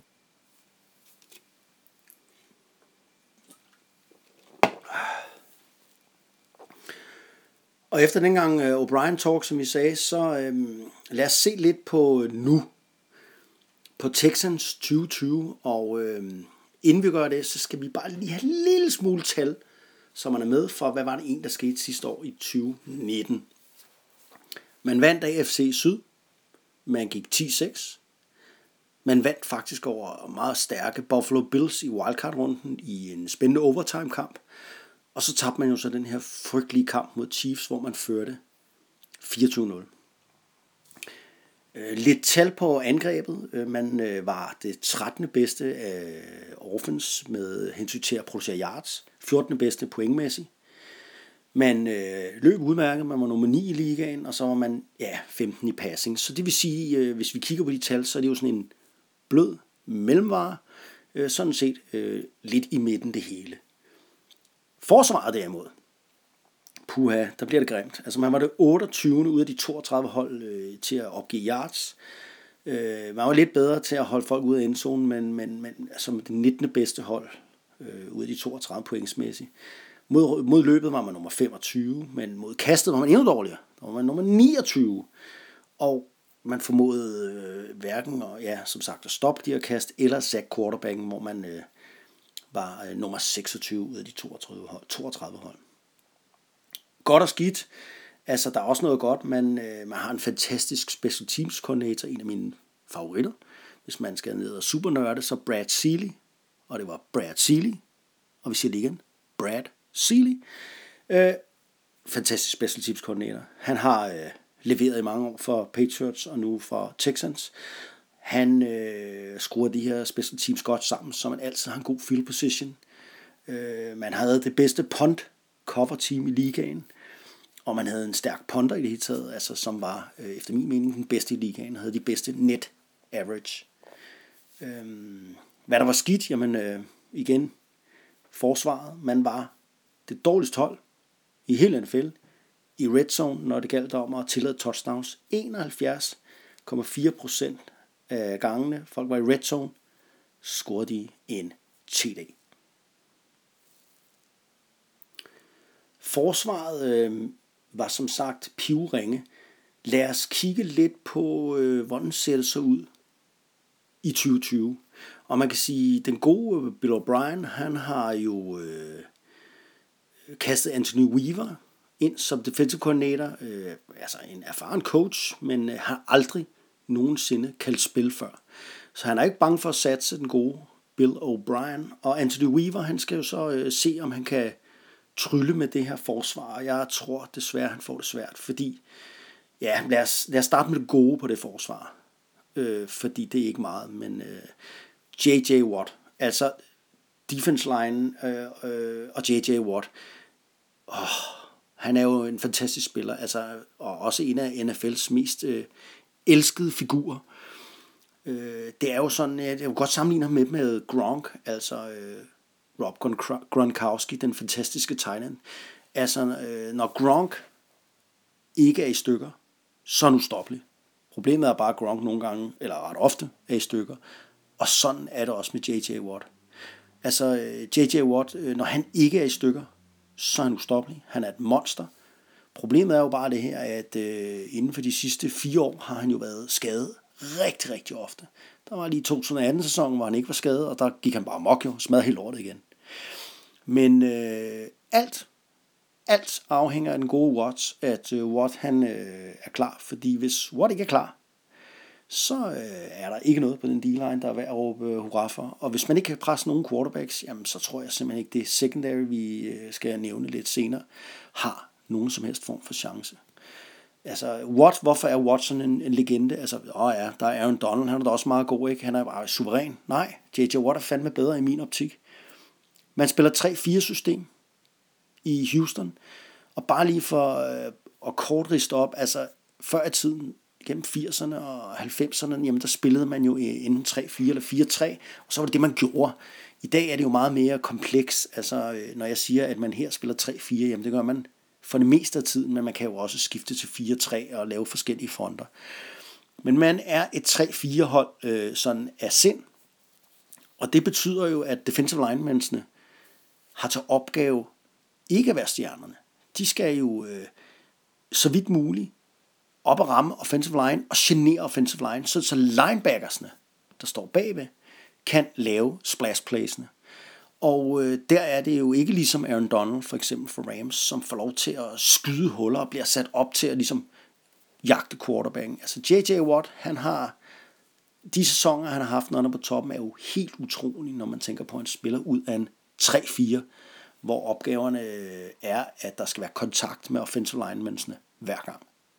Og efter dengang uh, O'Brien Talk, som vi sagde, så øhm, lad os se lidt på nu. På Texans tyve tyve. Og øhm, inden vi gør det, så skal vi bare lige have en lille smule tal, så man er med for, hvad var det en, der skete sidste år i tyve nitten. Man vandt A F C Syd. Man gik ti seks. Man vandt faktisk over meget stærke Buffalo Bills i wildcard-runden i en spændende overtime-kamp. Og så tabte man jo så den her frygtelige kamp mod Chiefs, hvor man førte fireogtyve nul. Lidt tal på angrebet. Man var det trettende bedste af offense med hensyn til at producere yards. fjortende bedste pointmæssigt. Man øh, løb udmærket, man var nummer ni i ligaen, og så var man ja, femten i passing. Så det vil sige, øh, hvis vi kigger på de tal, så er det jo sådan en blød mellemvare, øh, sådan set øh, lidt i midten det hele. Forsvaret derimod, puha, der bliver det grimt. Altså man var det otteogtyvende ud af de toogtredive hold øh, til at opgive yards. Øh, man var lidt bedre til at holde folk ude af endzonen, men, men, men altså det nittende bedste hold øh, ud af de toogtredive pointsmæssigt. Mod, mod løbet var man nummer femogtyve, men mod kastet var man endnu dårligere. Der var man nummer niogtyve. Og man formåede øh, hverken og, ja, som sagt, at stoppe de her kast, eller sack quarterbacken, hvor man øh, var øh, nummer seksogtyve ud af de toogtredive hold. toogtredive hold. Godt og skidt. Altså, der er også noget godt. Man, øh, man har en fantastisk special teams koordinator, en af mine favoritter. Hvis man skal ned og supernørde, så Brad Seeley. Og det var Brad Seeley. Og vi siger det igen. Brad Seeley. Øh, fantastisk special teams koordinator. Han har øh, leveret i mange år for Patriots og nu for Texans. Han øh, skruer de her special teams godt sammen, så man altid har en god field position. Øh, man havde det bedste punt cover team i ligaen, og man havde en stærk punter i det hele taget, altså, som var øh, efter min mening den bedste i ligaen, havde de bedste net average. Øh, hvad der var skidt, jamen øh, igen, forsvaret, man var det dårligste hold i hele N F L i red zone, når det galt om at tillade touchdowns. enoghalvfjerds komma fire procent af gangene, folk var i red zone, scorede de en T D. Forsvaret øh, var som sagt pivringe. Lad os kigge lidt på, øh, hvordan ser det så ud i tyve tyve. Og man kan sige, den gode Bill O'Brien, han har jo øh, kastet Anthony Weaver ind som defensive coordinator. Øh, altså en erfaren coach, men øh, har aldrig nogensinde kaldt spil før. Så han er ikke bange for at satse den gode Bill O'Brien. Og Anthony Weaver, han skal jo så øh, se, om han kan trylle med det her forsvar. Jeg tror desværre, han får det svært, fordi, ja, lad os, lad os starte med det gode på det forsvar. Øh, fordi det er ikke meget, men øh, J J Watt, altså defense line øh, øh, og J J Watt, åh, han er jo en fantastisk spiller, altså, og også en af N F L's mest øh, elskede figurer. Øh, det er jo sådan, jeg vil godt sammenligne ham med, med Gronk, altså øh, Rob Gronkowski, den fantastiske tight end. Altså, øh, når Gronk ikke er i stykker, så er han ustoppelig. Problemet er bare, at Gronk nogle gange, eller ret ofte, er i stykker. Og sådan er det også med J J Watt. Altså, J J Watt, når han ikke er i stykker, så er han ustoppelig. Han er et monster. Problemet er jo bare det her, at øh, inden for de sidste fire år har han jo været skadet rigtig, rigtig ofte. Der var lige to tusind og atten sæson, hvor han ikke var skadet, og der gik han bare mok jo, smadrede helt lortet igen. Men øh, alt, alt afhænger af den gode Watt, at øh, Watt han øh, er klar, fordi hvis Watt ikke er klar, så øh, er der ikke noget på den D-line, der er værd at råbe øh, hurra for. Og hvis man ikke kan presse nogen quarterbacks, jamen, så tror jeg simpelthen ikke, det secondary, vi øh, skal nævne lidt senere, har nogen som helst form for chance. Altså, Watt, hvorfor er Watt sådan en, en legende? Altså, åh ja, der er Aaron Donald, han er da også meget god, ikke? Han er bare suveræn. Nej, J J Watt er fandme bedre i min optik. Man spiller tre fire system i Houston, og bare lige for øh, at kortriste op, altså før i tiden, gennem firserne og halvfemserne, jamen der spillede man jo enten tre fire eller fire tre, og så var det det, man gjorde. I dag er det jo meget mere kompleks, altså når jeg siger, at man her spiller tre fire, jamen det gør man for det meste af tiden, men man kan jo også skifte til fire tre og lave forskellige fronter. Men man er et tre fire hold øh, sådan af sind, og det betyder jo, at defensive linemensene har til opgave ikke at være stjernerne. De skal jo øh, så vidt muligt op og ramme offensive line og genere offensive line, så, så linebackersne, der står bagved, kan lave splash playsene. Og øh, der er det jo ikke ligesom Aaron Donald, for eksempel for Rams, som får lov til at skyde huller og bliver sat op til at ligesom jagte quarterbacken. Altså J J Watt, han har de sæsoner, han har haft, når han er på toppen, er jo helt utrolige, når man tænker på, at han spiller ud af en tre fire, hvor opgaverne er, at der skal være kontakt med offensive linemensene hver gang.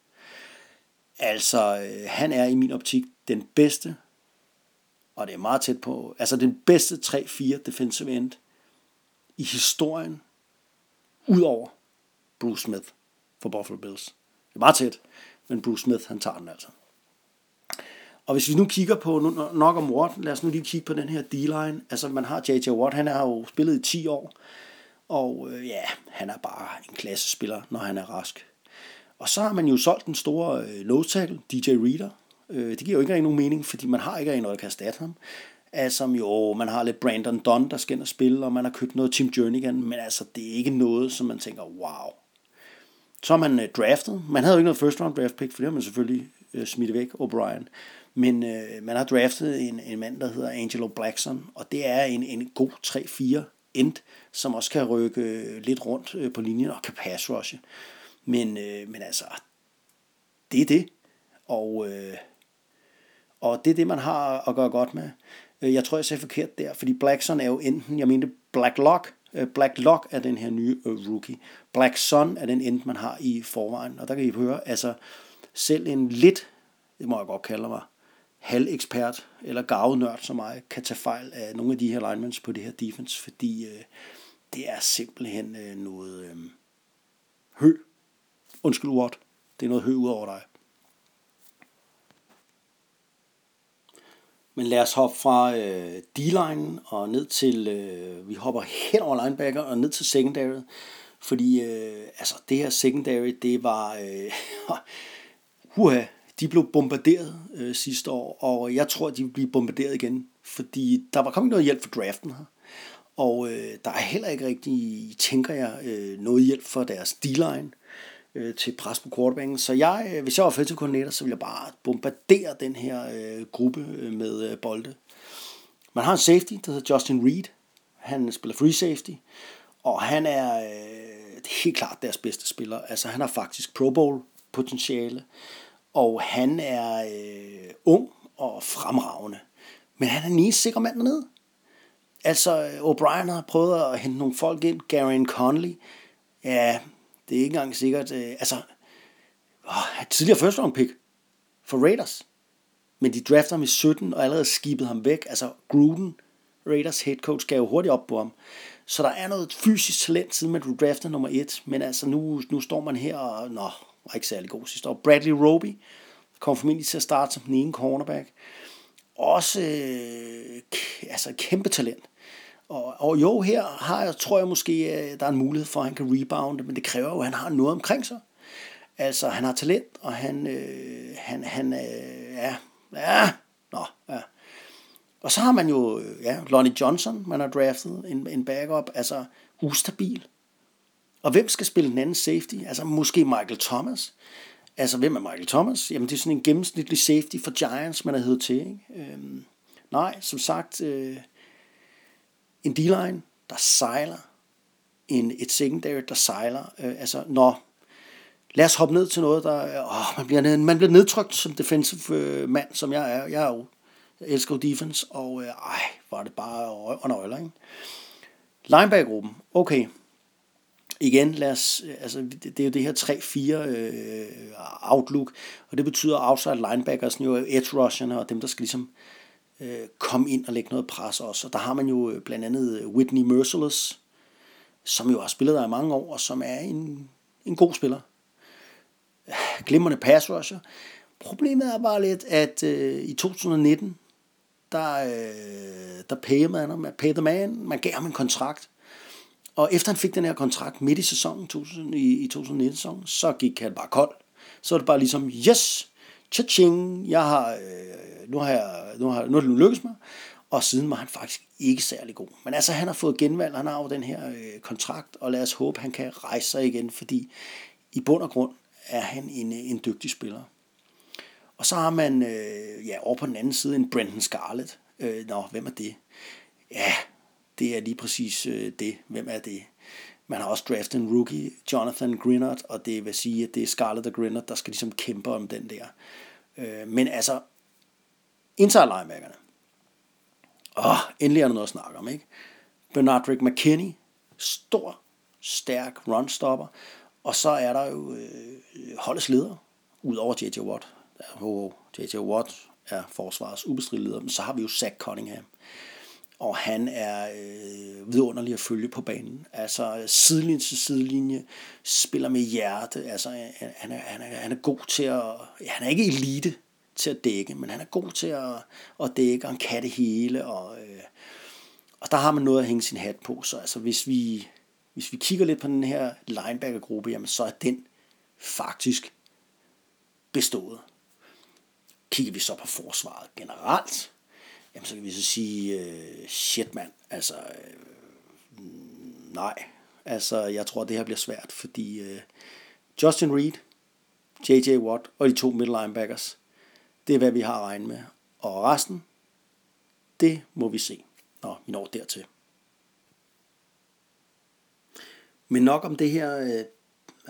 Altså, han er i min optik den bedste, og det er meget tæt på, altså den bedste tre fire defensive end i historien, udover Bruce Smith for Buffalo Bills. Det er meget tæt, men Bruce Smith, han tager den altså. Og hvis vi nu kigger på, nok om Watt, lad os nu lige kigge på den her D-line. Altså, man har J J Watt, han har jo spillet i ti år, og øh, ja, han er bare en klassespiller, når han er rask. Og så har man jo solgt den store øh, nose tackle, D J Reader. Øh, det giver jo ikke rigtig nogen mening, fordi man har ikke rigtig noget, der kan erstatte ham. Altså, jo, man har lidt Brandon Dunn, der skal ind og spille, og man har købt noget Tim Jernigan, men altså, det er ikke noget, som man tænker, wow. Så har man øh, draftet. Man havde jo ikke noget first round draft pick, for det har man selvfølgelig øh, smidt væk, O'Brien. Men øh, man har draftet en, en mand, der hedder Angelo Blackson, og det er en, en god tre fire end, som også kan rykke øh, lidt rundt øh, på linjen og kan pass rushe. Men, øh, men altså, det er det. Og, øh, og det er det, man har at gøre godt med. Jeg tror, jeg sagde forkert der, fordi Blackson er jo enten, jeg mente Blacklock, øh, Blacklock er den her nye øh, rookie. Blackson er den end, man har i forvejen. Og der kan I høre, altså selv en lidt, det må jeg godt kalde mig, halvekspert eller garvet nørd som mig, kan tage fejl af nogle af de her linemans på det her defense, fordi øh, det er simpelthen øh, noget øh, hø. Undskyld, Watt. Det er noget hø ud over dig. Men lad os hoppe fra øh, D-linen og ned til, øh, vi hopper hen over linebacker og ned til secondary, fordi øh, altså det her secondary, det var, øh, uha, de blev bombarderet øh, sidste år, og jeg tror, de vil blive bombarderet igen, fordi der var kommet noget hjælp for draften her, og øh, der er heller ikke rigtig, tænker jeg, øh, noget hjælp for deres D-line øh, til pres på quarterbacken. Så jeg, øh, hvis jeg var offensive coordinator, så ville jeg bare bombardere den her øh, gruppe øh, med øh, bolde. Man har en safety, der hedder Justin Reed. Han spiller free safety, og han er øh, helt klart deres bedste spiller. Altså han har faktisk Pro Bowl potentiale, og han er øh, ung og fremragende. Men han er en eneste sikker mand dernede. Altså, O'Brien har prøvet at hente nogle folk ind. Garion Conley. Ja, det er ikke engang sikkert. Øh, altså, åh, tidligere first round pick for Raiders. Men de drafter ham i sytten og allerede skibet ham væk. Altså, Gruden, Raiders head coach, gav jo hurtigt op på ham. Så der er noget fysisk talent, siden man du drafter nummer et. Men altså, nu, nu står man her og... Nå, var ikke særlig god sidste år. Bradley Roby kom formentlig til at starte som den ene cornerback. Også øh, k- altså kæmpe talent. Og, og jo, her har jeg, tror jeg måske, øh, der er en mulighed for, at han kan rebounde, men det kræver jo, at han har noget omkring sig. Altså, han har talent, og han, øh, han, han øh, ja, ja, nå, ja. Og så har man jo, ja, Lonnie Johnson, man har draftet, en, en backup, altså ustabil. Og hvem skal spille den anden safety? Altså, måske Michael Thomas. Altså, hvem er Michael Thomas? Jamen, det er sådan en gennemsnitlig safety for Giants, man har heddet til, ikke? Øhm, nej, som sagt, øh, en D-line, der sejler. En, et secondary, der sejler. Øh, altså, når... Lad os hoppe ned til noget, der... Åh, man, bliver ned, man bliver nedtrykt som defensive øh, mand, som jeg er. Jeg er jo... Jeg elsker jo defense, og øh, ej, var det bare under øjler, ikke? Linebacker-gruppen, okay. Igen, lad os, altså, det er jo det her tre fire øh, outlook, og det betyder outside linebackers, jo edge rusherne, og dem, der skal ligesom øh, komme ind og lægge noget pres også. Og der har man jo blandt andet Whitney Merciless, som jo har spillet der i mange år, og som er en, en god spiller. Glimrende pass rusher. Problemet er bare lidt, at øh, i to tusind nitten, der, øh, der payede man ham, pay the man, man gav ham en kontrakt. Og efter han fik den her kontrakt midt i sæsonen, i, i to tusind nitten-sæsonen, så gik han bare kold. Så er det bare ligesom, yes, cha-ching, jeg har, øh, nu har jeg, nu har, nu har det lykkes mig. Og siden var han faktisk ikke særlig god. Men altså, han har fået genvalg, han har jo den her øh, kontrakt, og lad os håbe, han kan rejse sig igen, fordi i bund og grund er han en, en dygtig spiller. Og så har man, øh, ja, over på den anden side, en Brendan Scarlett. Øh, nå, hvem er det? Ja, det er lige præcis øh, det. Hvem er det? Man har også draftet en rookie, Jonathan Grinnard, og det vil sige, at det er Scarlett og Grinnard, der skal ligesom kæmpe om den der. Øh, men altså, inside linebackerne. Åh, endelig er der noget at snakke om, ikke? Bernardrick McKinney, stor, stærk runstopper. Og så er der jo øh, holdets leder, ud over J J Watt. Oh, J J Watt er forsvarets ubestridte leder, men så har vi jo Zach Cunningham. Og han er øh, vidunderlig at følge på banen. Altså sidelinje til sidelinje, spiller med hjerte. Altså han er, han er, han er god til at... Ja, han er ikke elite til at dække, men han er god til at, at dække, og han kan det hele. Og, øh, og der har man noget at hænge sin hat på. Så altså hvis vi... Hvis vi kigger lidt på den her linebacker-gruppe, jamen så er den faktisk bestået. Kigger vi så på forsvaret generelt, jamen så kan vi så sige, uh, shit mand, altså uh, nej. Altså jeg tror, det her bliver svært, fordi uh, Justin Reed, J J Watt og de to middle linebackers, det er hvad vi har at regne med. Og resten, det må vi se, når vi når dertil. Men nok om det her øh,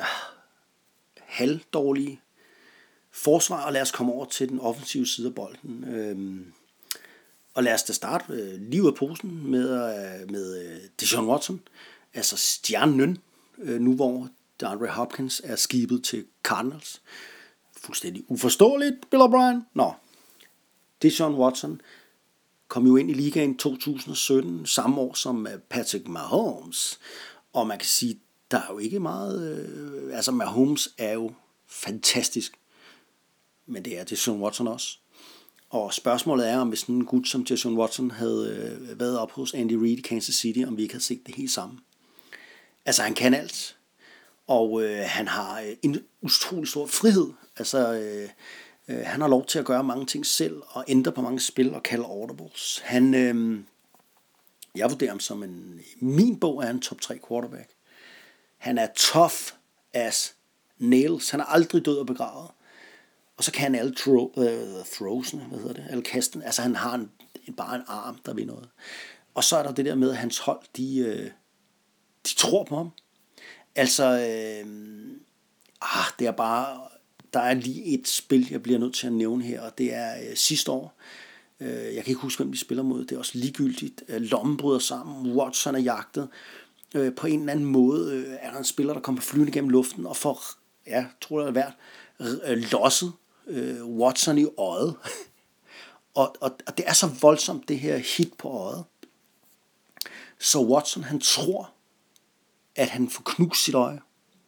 halvdårlige forsvar, og lad os komme over til den offensive side af bolden. Øhm, og lad os da starte øh, lige ud af posen med, øh, med øh, Deshaun Watson, altså stjernen, øh, nu hvor DeAndre Hopkins er skibet til Cardinals. Fuldstændig uforståeligt, Bill O'Brien. Nå, Deshaun Watson kom jo ind i ligaen to tusind og sytten, samme år som Patrick Mahomes. Og man kan sige, der er jo ikke meget... Øh, altså Mahomes er jo fantastisk, men det er Deshaun Watson også. Og spørgsmålet er, om hvis en gut som Deshaun Watson havde øh, været op hos Andy Reid i Kansas City, om vi ikke havde set det helt sammen. Altså han kan alt, og øh, han har øh, en utrolig stor frihed. Altså øh, øh, han har lov til at gøre mange ting selv, og ændre på mange spil og kalde audibles. Han... Øh, Jeg vurderer ham som en... I min bog er han top tre quarterback. Han er tough as nails. Han er aldrig død og begravet. Og så kan han alle throw, uh, throwsene, hvad hedder det, alle kasten. Altså han har en, bare en arm, der vil noget. Og så er der det der med, at hans hold, de, uh, de tror på ham. Altså, uh, ah, det er bare... Der er lige et spil, jeg bliver nødt til at nævne her, og det er uh, sidste år. Jeg kan ikke huske, hvem de spiller mod. Det er også ligegyldigt. Lommen bryder sammen. Watson er jagtet. På en eller anden måde er der en spiller, der kommer flyvende gennem luften og får, ja, tror jeg det er værd, losset Watson i øjet. og, og, og det er så voldsomt, det her hit på øjet. Så Watson, han tror, at han får knust sit øje.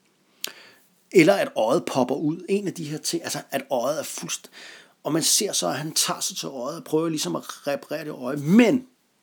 Eller at øjet popper ud. En af de her ting, altså at øjet er fuldstændig... Og man ser så, at han tager sig til øjet og prøver ligesom at reparere det øje, men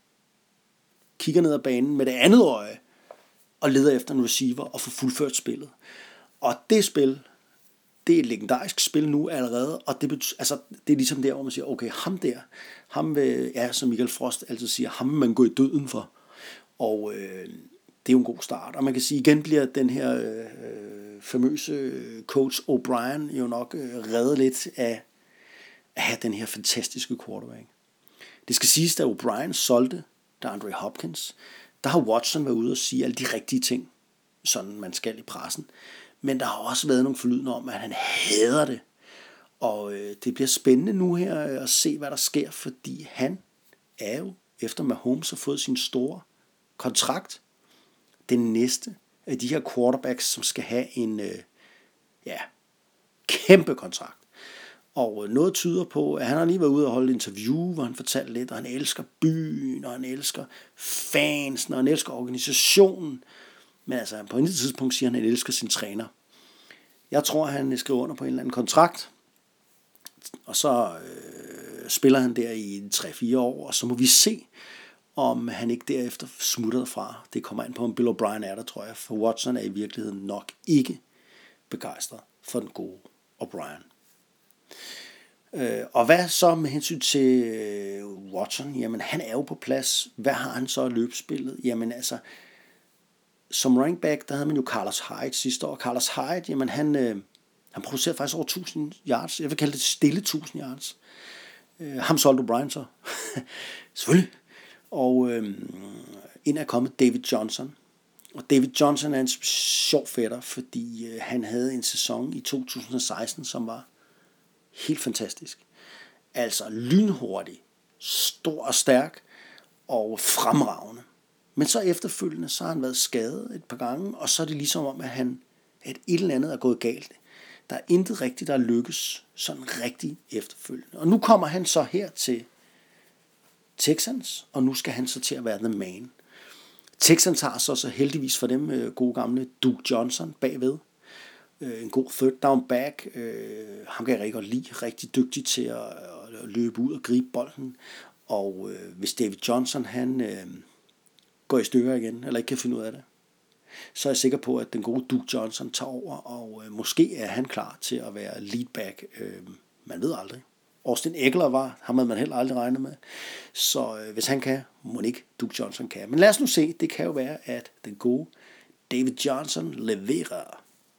kigger ned ad banen med det andet øje og leder efter en receiver og får fuldført spillet. Og det spil, det er et legendarisk spil nu allerede, og det, betyder, altså, det er ligesom der, hvor man siger, okay, ham der, ham vil, ja, som Michael Frost altid siger, ham vil man gå i døden for. Og øh, det er jo en god start. Og man kan sige, igen bliver den her øh, famøse coach O'Brien jo nok øh, reddet lidt af at have den her fantastiske quarterback. Det skal siges, at O'Brien solgte DeAndre Hopkins, der har Watson været ude og sige alle de rigtige ting, sådan man skal i pressen. Men der har også været nogle forlydende om, at han hader det. Og øh, det bliver spændende nu her at se, hvad der sker, fordi han er jo, efter Mahomes har fået sin store kontrakt, den næste af de her quarterbacks, som skal have en øh, ja, kæmpe kontrakt. Og noget tyder på, at han har lige været ude og holde et interview, hvor han fortalte lidt, og han elsker byen, og han elsker fans, og han elsker organisationen. Men altså, på et tidspunkt siger han, at han elsker sin træner. Jeg tror, han skriver under på en eller anden kontrakt, og så øh, spiller han der i tre fire år, og så må vi se, om han ikke derefter smutter derfra. Det kommer an på, om Bill O'Brien er der, tror jeg, for Watson er i virkeligheden nok ikke begejstret for den gode O'Brien. Og hvad så med hensyn til Watson? Jamen, han er jo på plads. Hvad har han så i løbespillet? Jamen, altså, som running back, der havde man jo Carlos Hyde sidste år. Carlos Hyde, jamen, han, øh, han producerede faktisk over tusind yards. Jeg vil kalde det stille tusind yards. Øh, ham solgte O'Brien så. Selvfølgelig. Og øh, ind er kommet David Johnson. Og David Johnson er en sjov fætter, fordi øh, han havde en sæson i to tusind og seksten, som var helt fantastisk. Altså lynhurtig, stor og stærk og fremragende. Men så efterfølgende, så har han været skadet et par gange, og så er det ligesom om, at, han, at et eller andet er gået galt. Der er intet rigtigt, der er lykkes sådan rigtig efterfølgende. Og nu kommer han så her til Texans, og nu skal han så til at være the man. Texans har så, så heldigvis for dem øh, gode gamle Duke Johnson bagved. Øh, en god third down back. Øh, ham kan jeg rigtig godt lide. Rigtig dygtig til at, at løbe ud og gribe bolden. Og øh, hvis David Johnson han øh, går i stykker igen, eller ikke kan finde ud af det, så er jeg sikker på, at den gode Duke Johnson tager over, og øh, måske er han klar til at være lead back. Øh, man ved aldrig. Austin Eckler var, ham havde man heller aldrig regnet med. Så øh, hvis han kan, må ikke Duke Johnson kan. Men lad os nu se, det kan jo være, at den gode David Johnson leverer.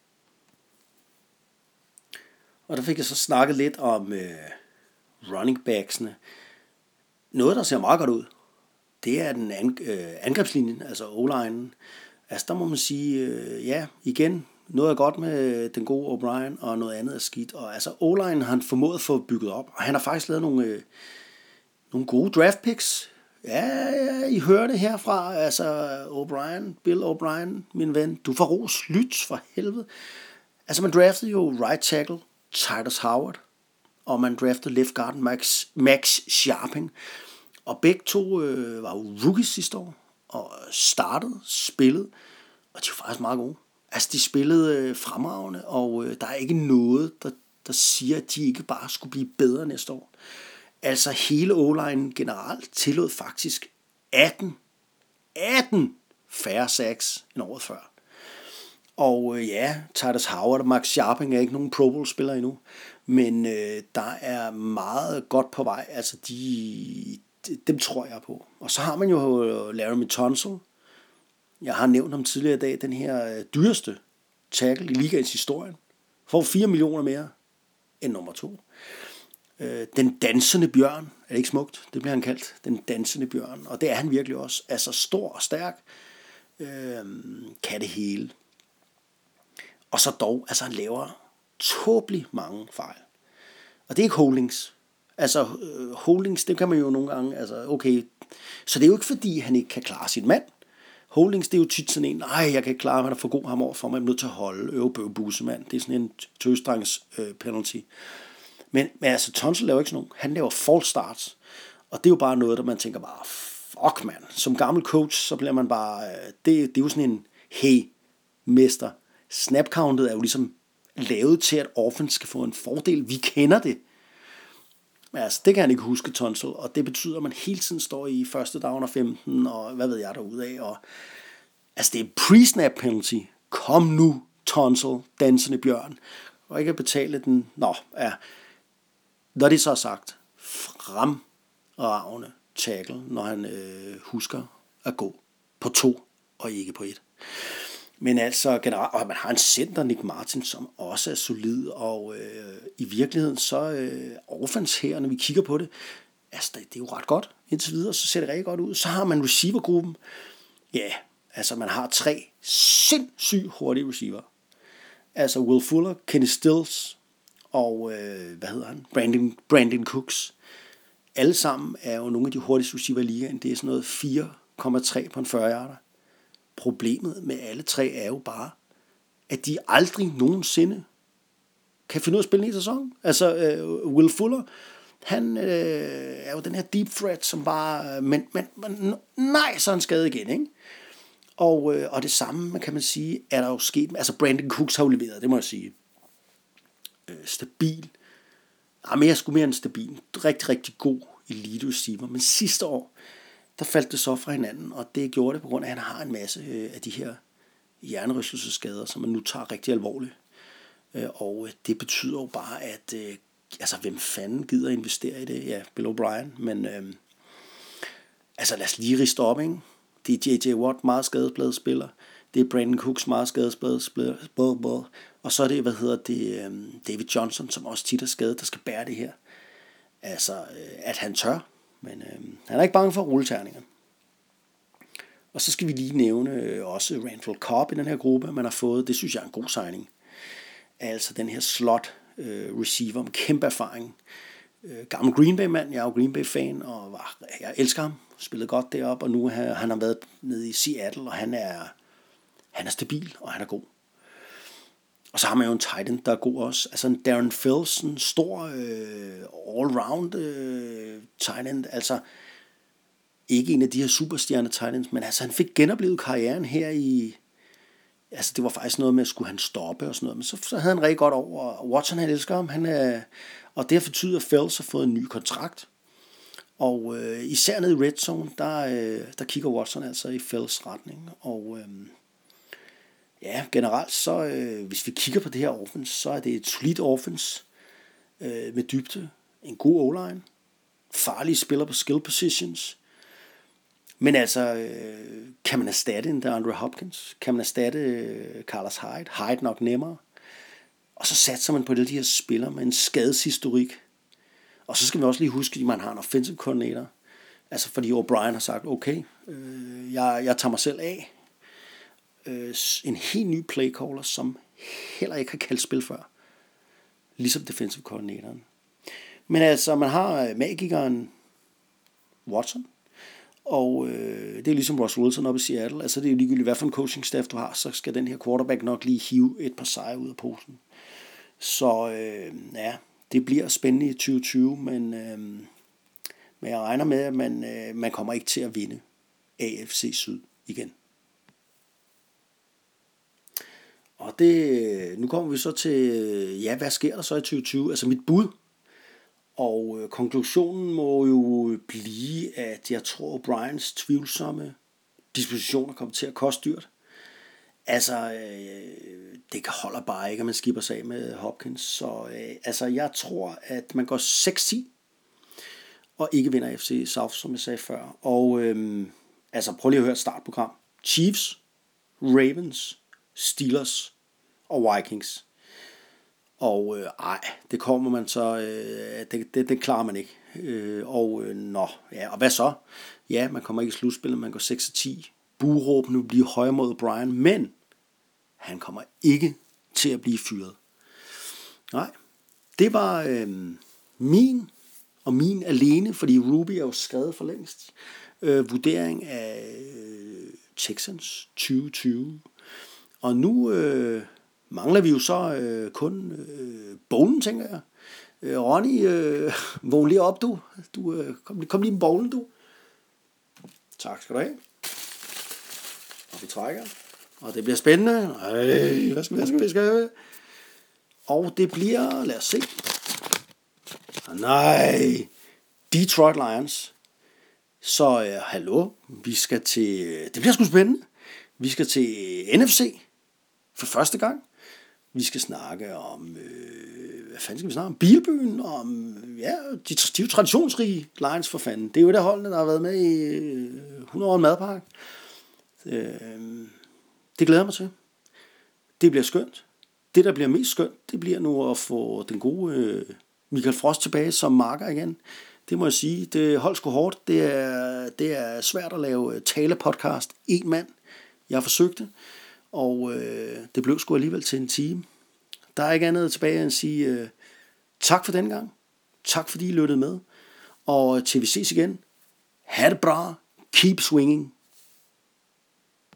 Og der fik jeg så snakket lidt om øh, running backsene. Noget, der ser meget godt ud, det er den an, øh, angrebslinjen, altså O-linen. Altså der må man sige, øh, ja, igen, noget er godt med den gode O'Brien, og noget andet er skidt. Og altså O-line har han formået at få bygget op, og han har faktisk lavet nogle, øh, nogle gode draft picks. Ja, ja, I hører det herfra, altså O'Brien, Bill O'Brien, min ven, du får ros, lyt for helvede. Altså man draftede jo right tackle Titus Howard, og man draftede left guard Max, Max Sharping. Og begge to øh, var jo rookies sidste år, og startede, spillede, og de var faktisk meget gode. Altså de spillede øh, fremragende, og øh, der er ikke noget, der, der siger, at de ikke bare skulle blive bedre næste år. Altså hele O-line generelt tillod faktisk atten, atten færre sacks end året før. Og øh, ja, Titus Howard og Max Sharping er ikke nogen Pro Bowl-spiller endnu, men øh, der er meget godt på vej. Altså de, de, dem tror jeg på. Og så har man jo Laramie Tunsil. Jeg har nævnt ham tidligere i dag, den her øh, dyreste tackle i ligaens historie. Får fire millioner mere end nummer to. Øh, den dansende bjørn, er det ikke smukt? Det bliver han kaldt, den dansende bjørn. Og det er han virkelig også. Altså stor og stærk, øh, kan det hele. Og så dog, altså han laver tåbeligt mange fejl. Og det er ikke holdings. Altså øh, holdings, det kan man jo nogle gange, altså okay. Så det er jo ikke fordi, han ikke kan klare sin mand. Holdings, det er jo tit sådan en, nej, jeg kan ikke klare, han er for god ham over for mig, jeg er nødt til at holde, øve, bøve, busemand. Det er sådan en tøstrengs øh, penalty. Men, men altså, Tunsil laver ikke sådan nogen. Han laver false starts. Og det er jo bare noget, der man tænker bare, fuck mand. Som gammel coach, så bliver man bare, øh, det, det er jo sådan en, hey, mester. Snapcountet er jo ligesom lavet til, at offense skal få en fordel. Vi kender det. Men altså, det kan han ikke huske, Tunsil, og det betyder, at man hele tiden står i første down og femten, og hvad ved jeg derude af. Og, altså, det er pre-snap penalty. Kom nu, Tunsil, dansende bjørn. Og ikke at betale den. Nå, ja. Når det så er sagt, fremragende tackle, når han øh, husker at gå på to og ikke på et. Men altså generelt, og man har en center, Nick Martin, som også er solid, og øh, i virkeligheden så øh, offense her, når vi kigger på det, altså det, det er jo ret godt indtil videre, så ser det rigtig godt ud. Så har man receivergruppen, ja, altså man har tre sindssygt hurtige receiver. Altså Will Fuller, Kenny Stills og, øh, hvad hedder han, Brandon, Brandon Cooks. Alle sammen er jo nogle af de hurtigste receiver i ligaen, det er sådan noget fire komma tre på en fyrre yarder. Problemet med alle tre er jo bare, at de aldrig nogensinde kan finde ud af at spille en sæson. Altså, uh, Will Fuller, han uh, er jo den her deep threat, som bare, men, men, men nej, så er han skadet igen, ikke? Og, uh, og det samme, kan man sige, er der jo sket, altså Brandon Cooks har jo leveret, det må jeg sige. Uh, stabil, ja, mere sgu mere end stabil, rigtig, rigtig god elite receiver, men sidste år, der faldt det så fra hinanden, og det gjorde det på grund af, at han har en masse øh, af de her hjernerystelsesskader, som man nu tager rigtig alvorligt. Øh, og det betyder jo bare, at øh, altså, hvem fanden gider investere i det? Ja, Bill O'Brien, men øh, altså lad os lige riste op, ikke? Det er J J Watt, meget skadesbladet spiller. Det er Brandon Cooks, meget skadesbladet spiller. Og så er det, hvad hedder det, øh, David Johnson, som også tit er skadet, der skal bære det her. Altså, øh, at han tør. Men øh, han er ikke bange for rulleterninger. Og så skal vi lige nævne også Randall Cobb i den her gruppe, man har fået. Det synes jeg er en god signing. Altså den her slot øh, receiver med kæmpe erfaring. Øh, gammel Green Bay-mand, jeg er jo Green Bay-fan, og var, jeg elsker ham. Spillede godt deroppe, og nu har han har været nede i Seattle, og han er, han er stabil, og han er god. Og så har man jo en tight end, der er god også. Altså en Darren Fells, en stor øh, all-round øh, tight end. Altså ikke en af de her superstjerne tight ends, men altså han fik genoplevet karrieren her i... Altså det var faktisk noget med, at skulle han stoppe og sådan noget, men så, så havde han rigtig godt over. Og Watson, han elsker ham, han er, og det har betydet, at Fells har fået en ny kontrakt. Og øh, især nede i red zone, der, øh, der kigger Watson altså i Fells retning. Og øh, ja, generelt så, øh, hvis vi kigger på det her offense, så er det et solidt offense øh, med dybde, en god O-line, farlige spillere på skill positions. Men altså, øh, kan man erstatte en DeAndre Hopkins? Kan man erstatte øh, Carlos Hyde? Hyde nok nemmere. Og så satser man på det, de her spillere med en skadeshistorik. Og så skal man også lige huske, at man har en offensive coordinator. Altså fordi O'Brien har sagt, okay, øh, jeg, jeg tager mig selv af. Øh, en helt ny playcaller, som heller ikke har kaldt spil før. Ligesom defensive coordinatoren. Men altså, man har magikeren Watson. Og øh, det er ligesom Russell Wilson oppe i Seattle. Altså det er jo ligegyldigt, hvad for en coaching staff du har, så skal den her quarterback nok lige hive et par sejre ud af posen. Så øh, ja, det bliver spændende i tyve tyve, men, øh, men jeg regner med, at man, øh, man kommer ikke til at vinde A F C Syd igen. Og det, nu kommer vi så til, ja, hvad sker der så i tyve tyve? Altså mit bud. Og øh, konklusionen må jo blive, at jeg tror, O'Briens tvivlsomme dispositioner kommer til at koste dyrt. Altså, øh, det holder bare ikke, at man skipper sig af med Hopkins. Så øh, altså, jeg tror, at man går seks ti og ikke vinder A F C South, som jeg sagde før. Og øh, altså, prøv lige at høre et startprogram. Chiefs, Ravens, Steelers og Vikings. Og øh, ej, det kommer man så, øh, det, det, det klarer man ikke. Øh, og øh, nå, ja, og hvad så? Ja, man kommer ikke i slutspillet, man går seks ti. Buråb nu bliver højere mod Brian, men han kommer ikke til at blive fyret. Nej, det var øh, min og min alene, fordi Ruby er jo skrevet for længst. Øh, vurdering af øh, Texans tyve tyve. Og nu... Øh, mangler vi jo så øh, kun øh, bowlen, tænker jeg. Øh, Ronny, øh, vågn lige op, du. du øh, kom, kom lige med bowlen, du. Tak skal du have. Og vi trækker. Og det bliver spændende. Ej, hvad skal vi, hvad skal vi, skal vi? Og det bliver, lad os se. Nej, Detroit Lions. Så øh, hallo, vi skal til, det bliver sgu spændende. Vi skal til N F C for første gang. Vi skal snakke om, øh, hvad fanden skal vi snakke om? Bilbyen, om, ja, de, de er jo traditionsrige Lions for fanden. Det er jo det holdene, der har været med i øh, hundrede år madpark. Øh, det glæder mig til. Det bliver skønt. Det, der bliver mest skønt, det bliver nu at få den gode øh, Michael Frost tilbage som marker igen. Det må jeg sige. Det holdt sgu hårdt. Det er, det er svært at lave talepodcast. En mand. Jeg forsøgte. Og øh, det blev sgu alligevel til en time. Der er ikke andet tilbage end at sige øh, tak for den gang. Tak fordi I lyttede med. Og til vi ses igen. Ha' det bra. Keep swinging.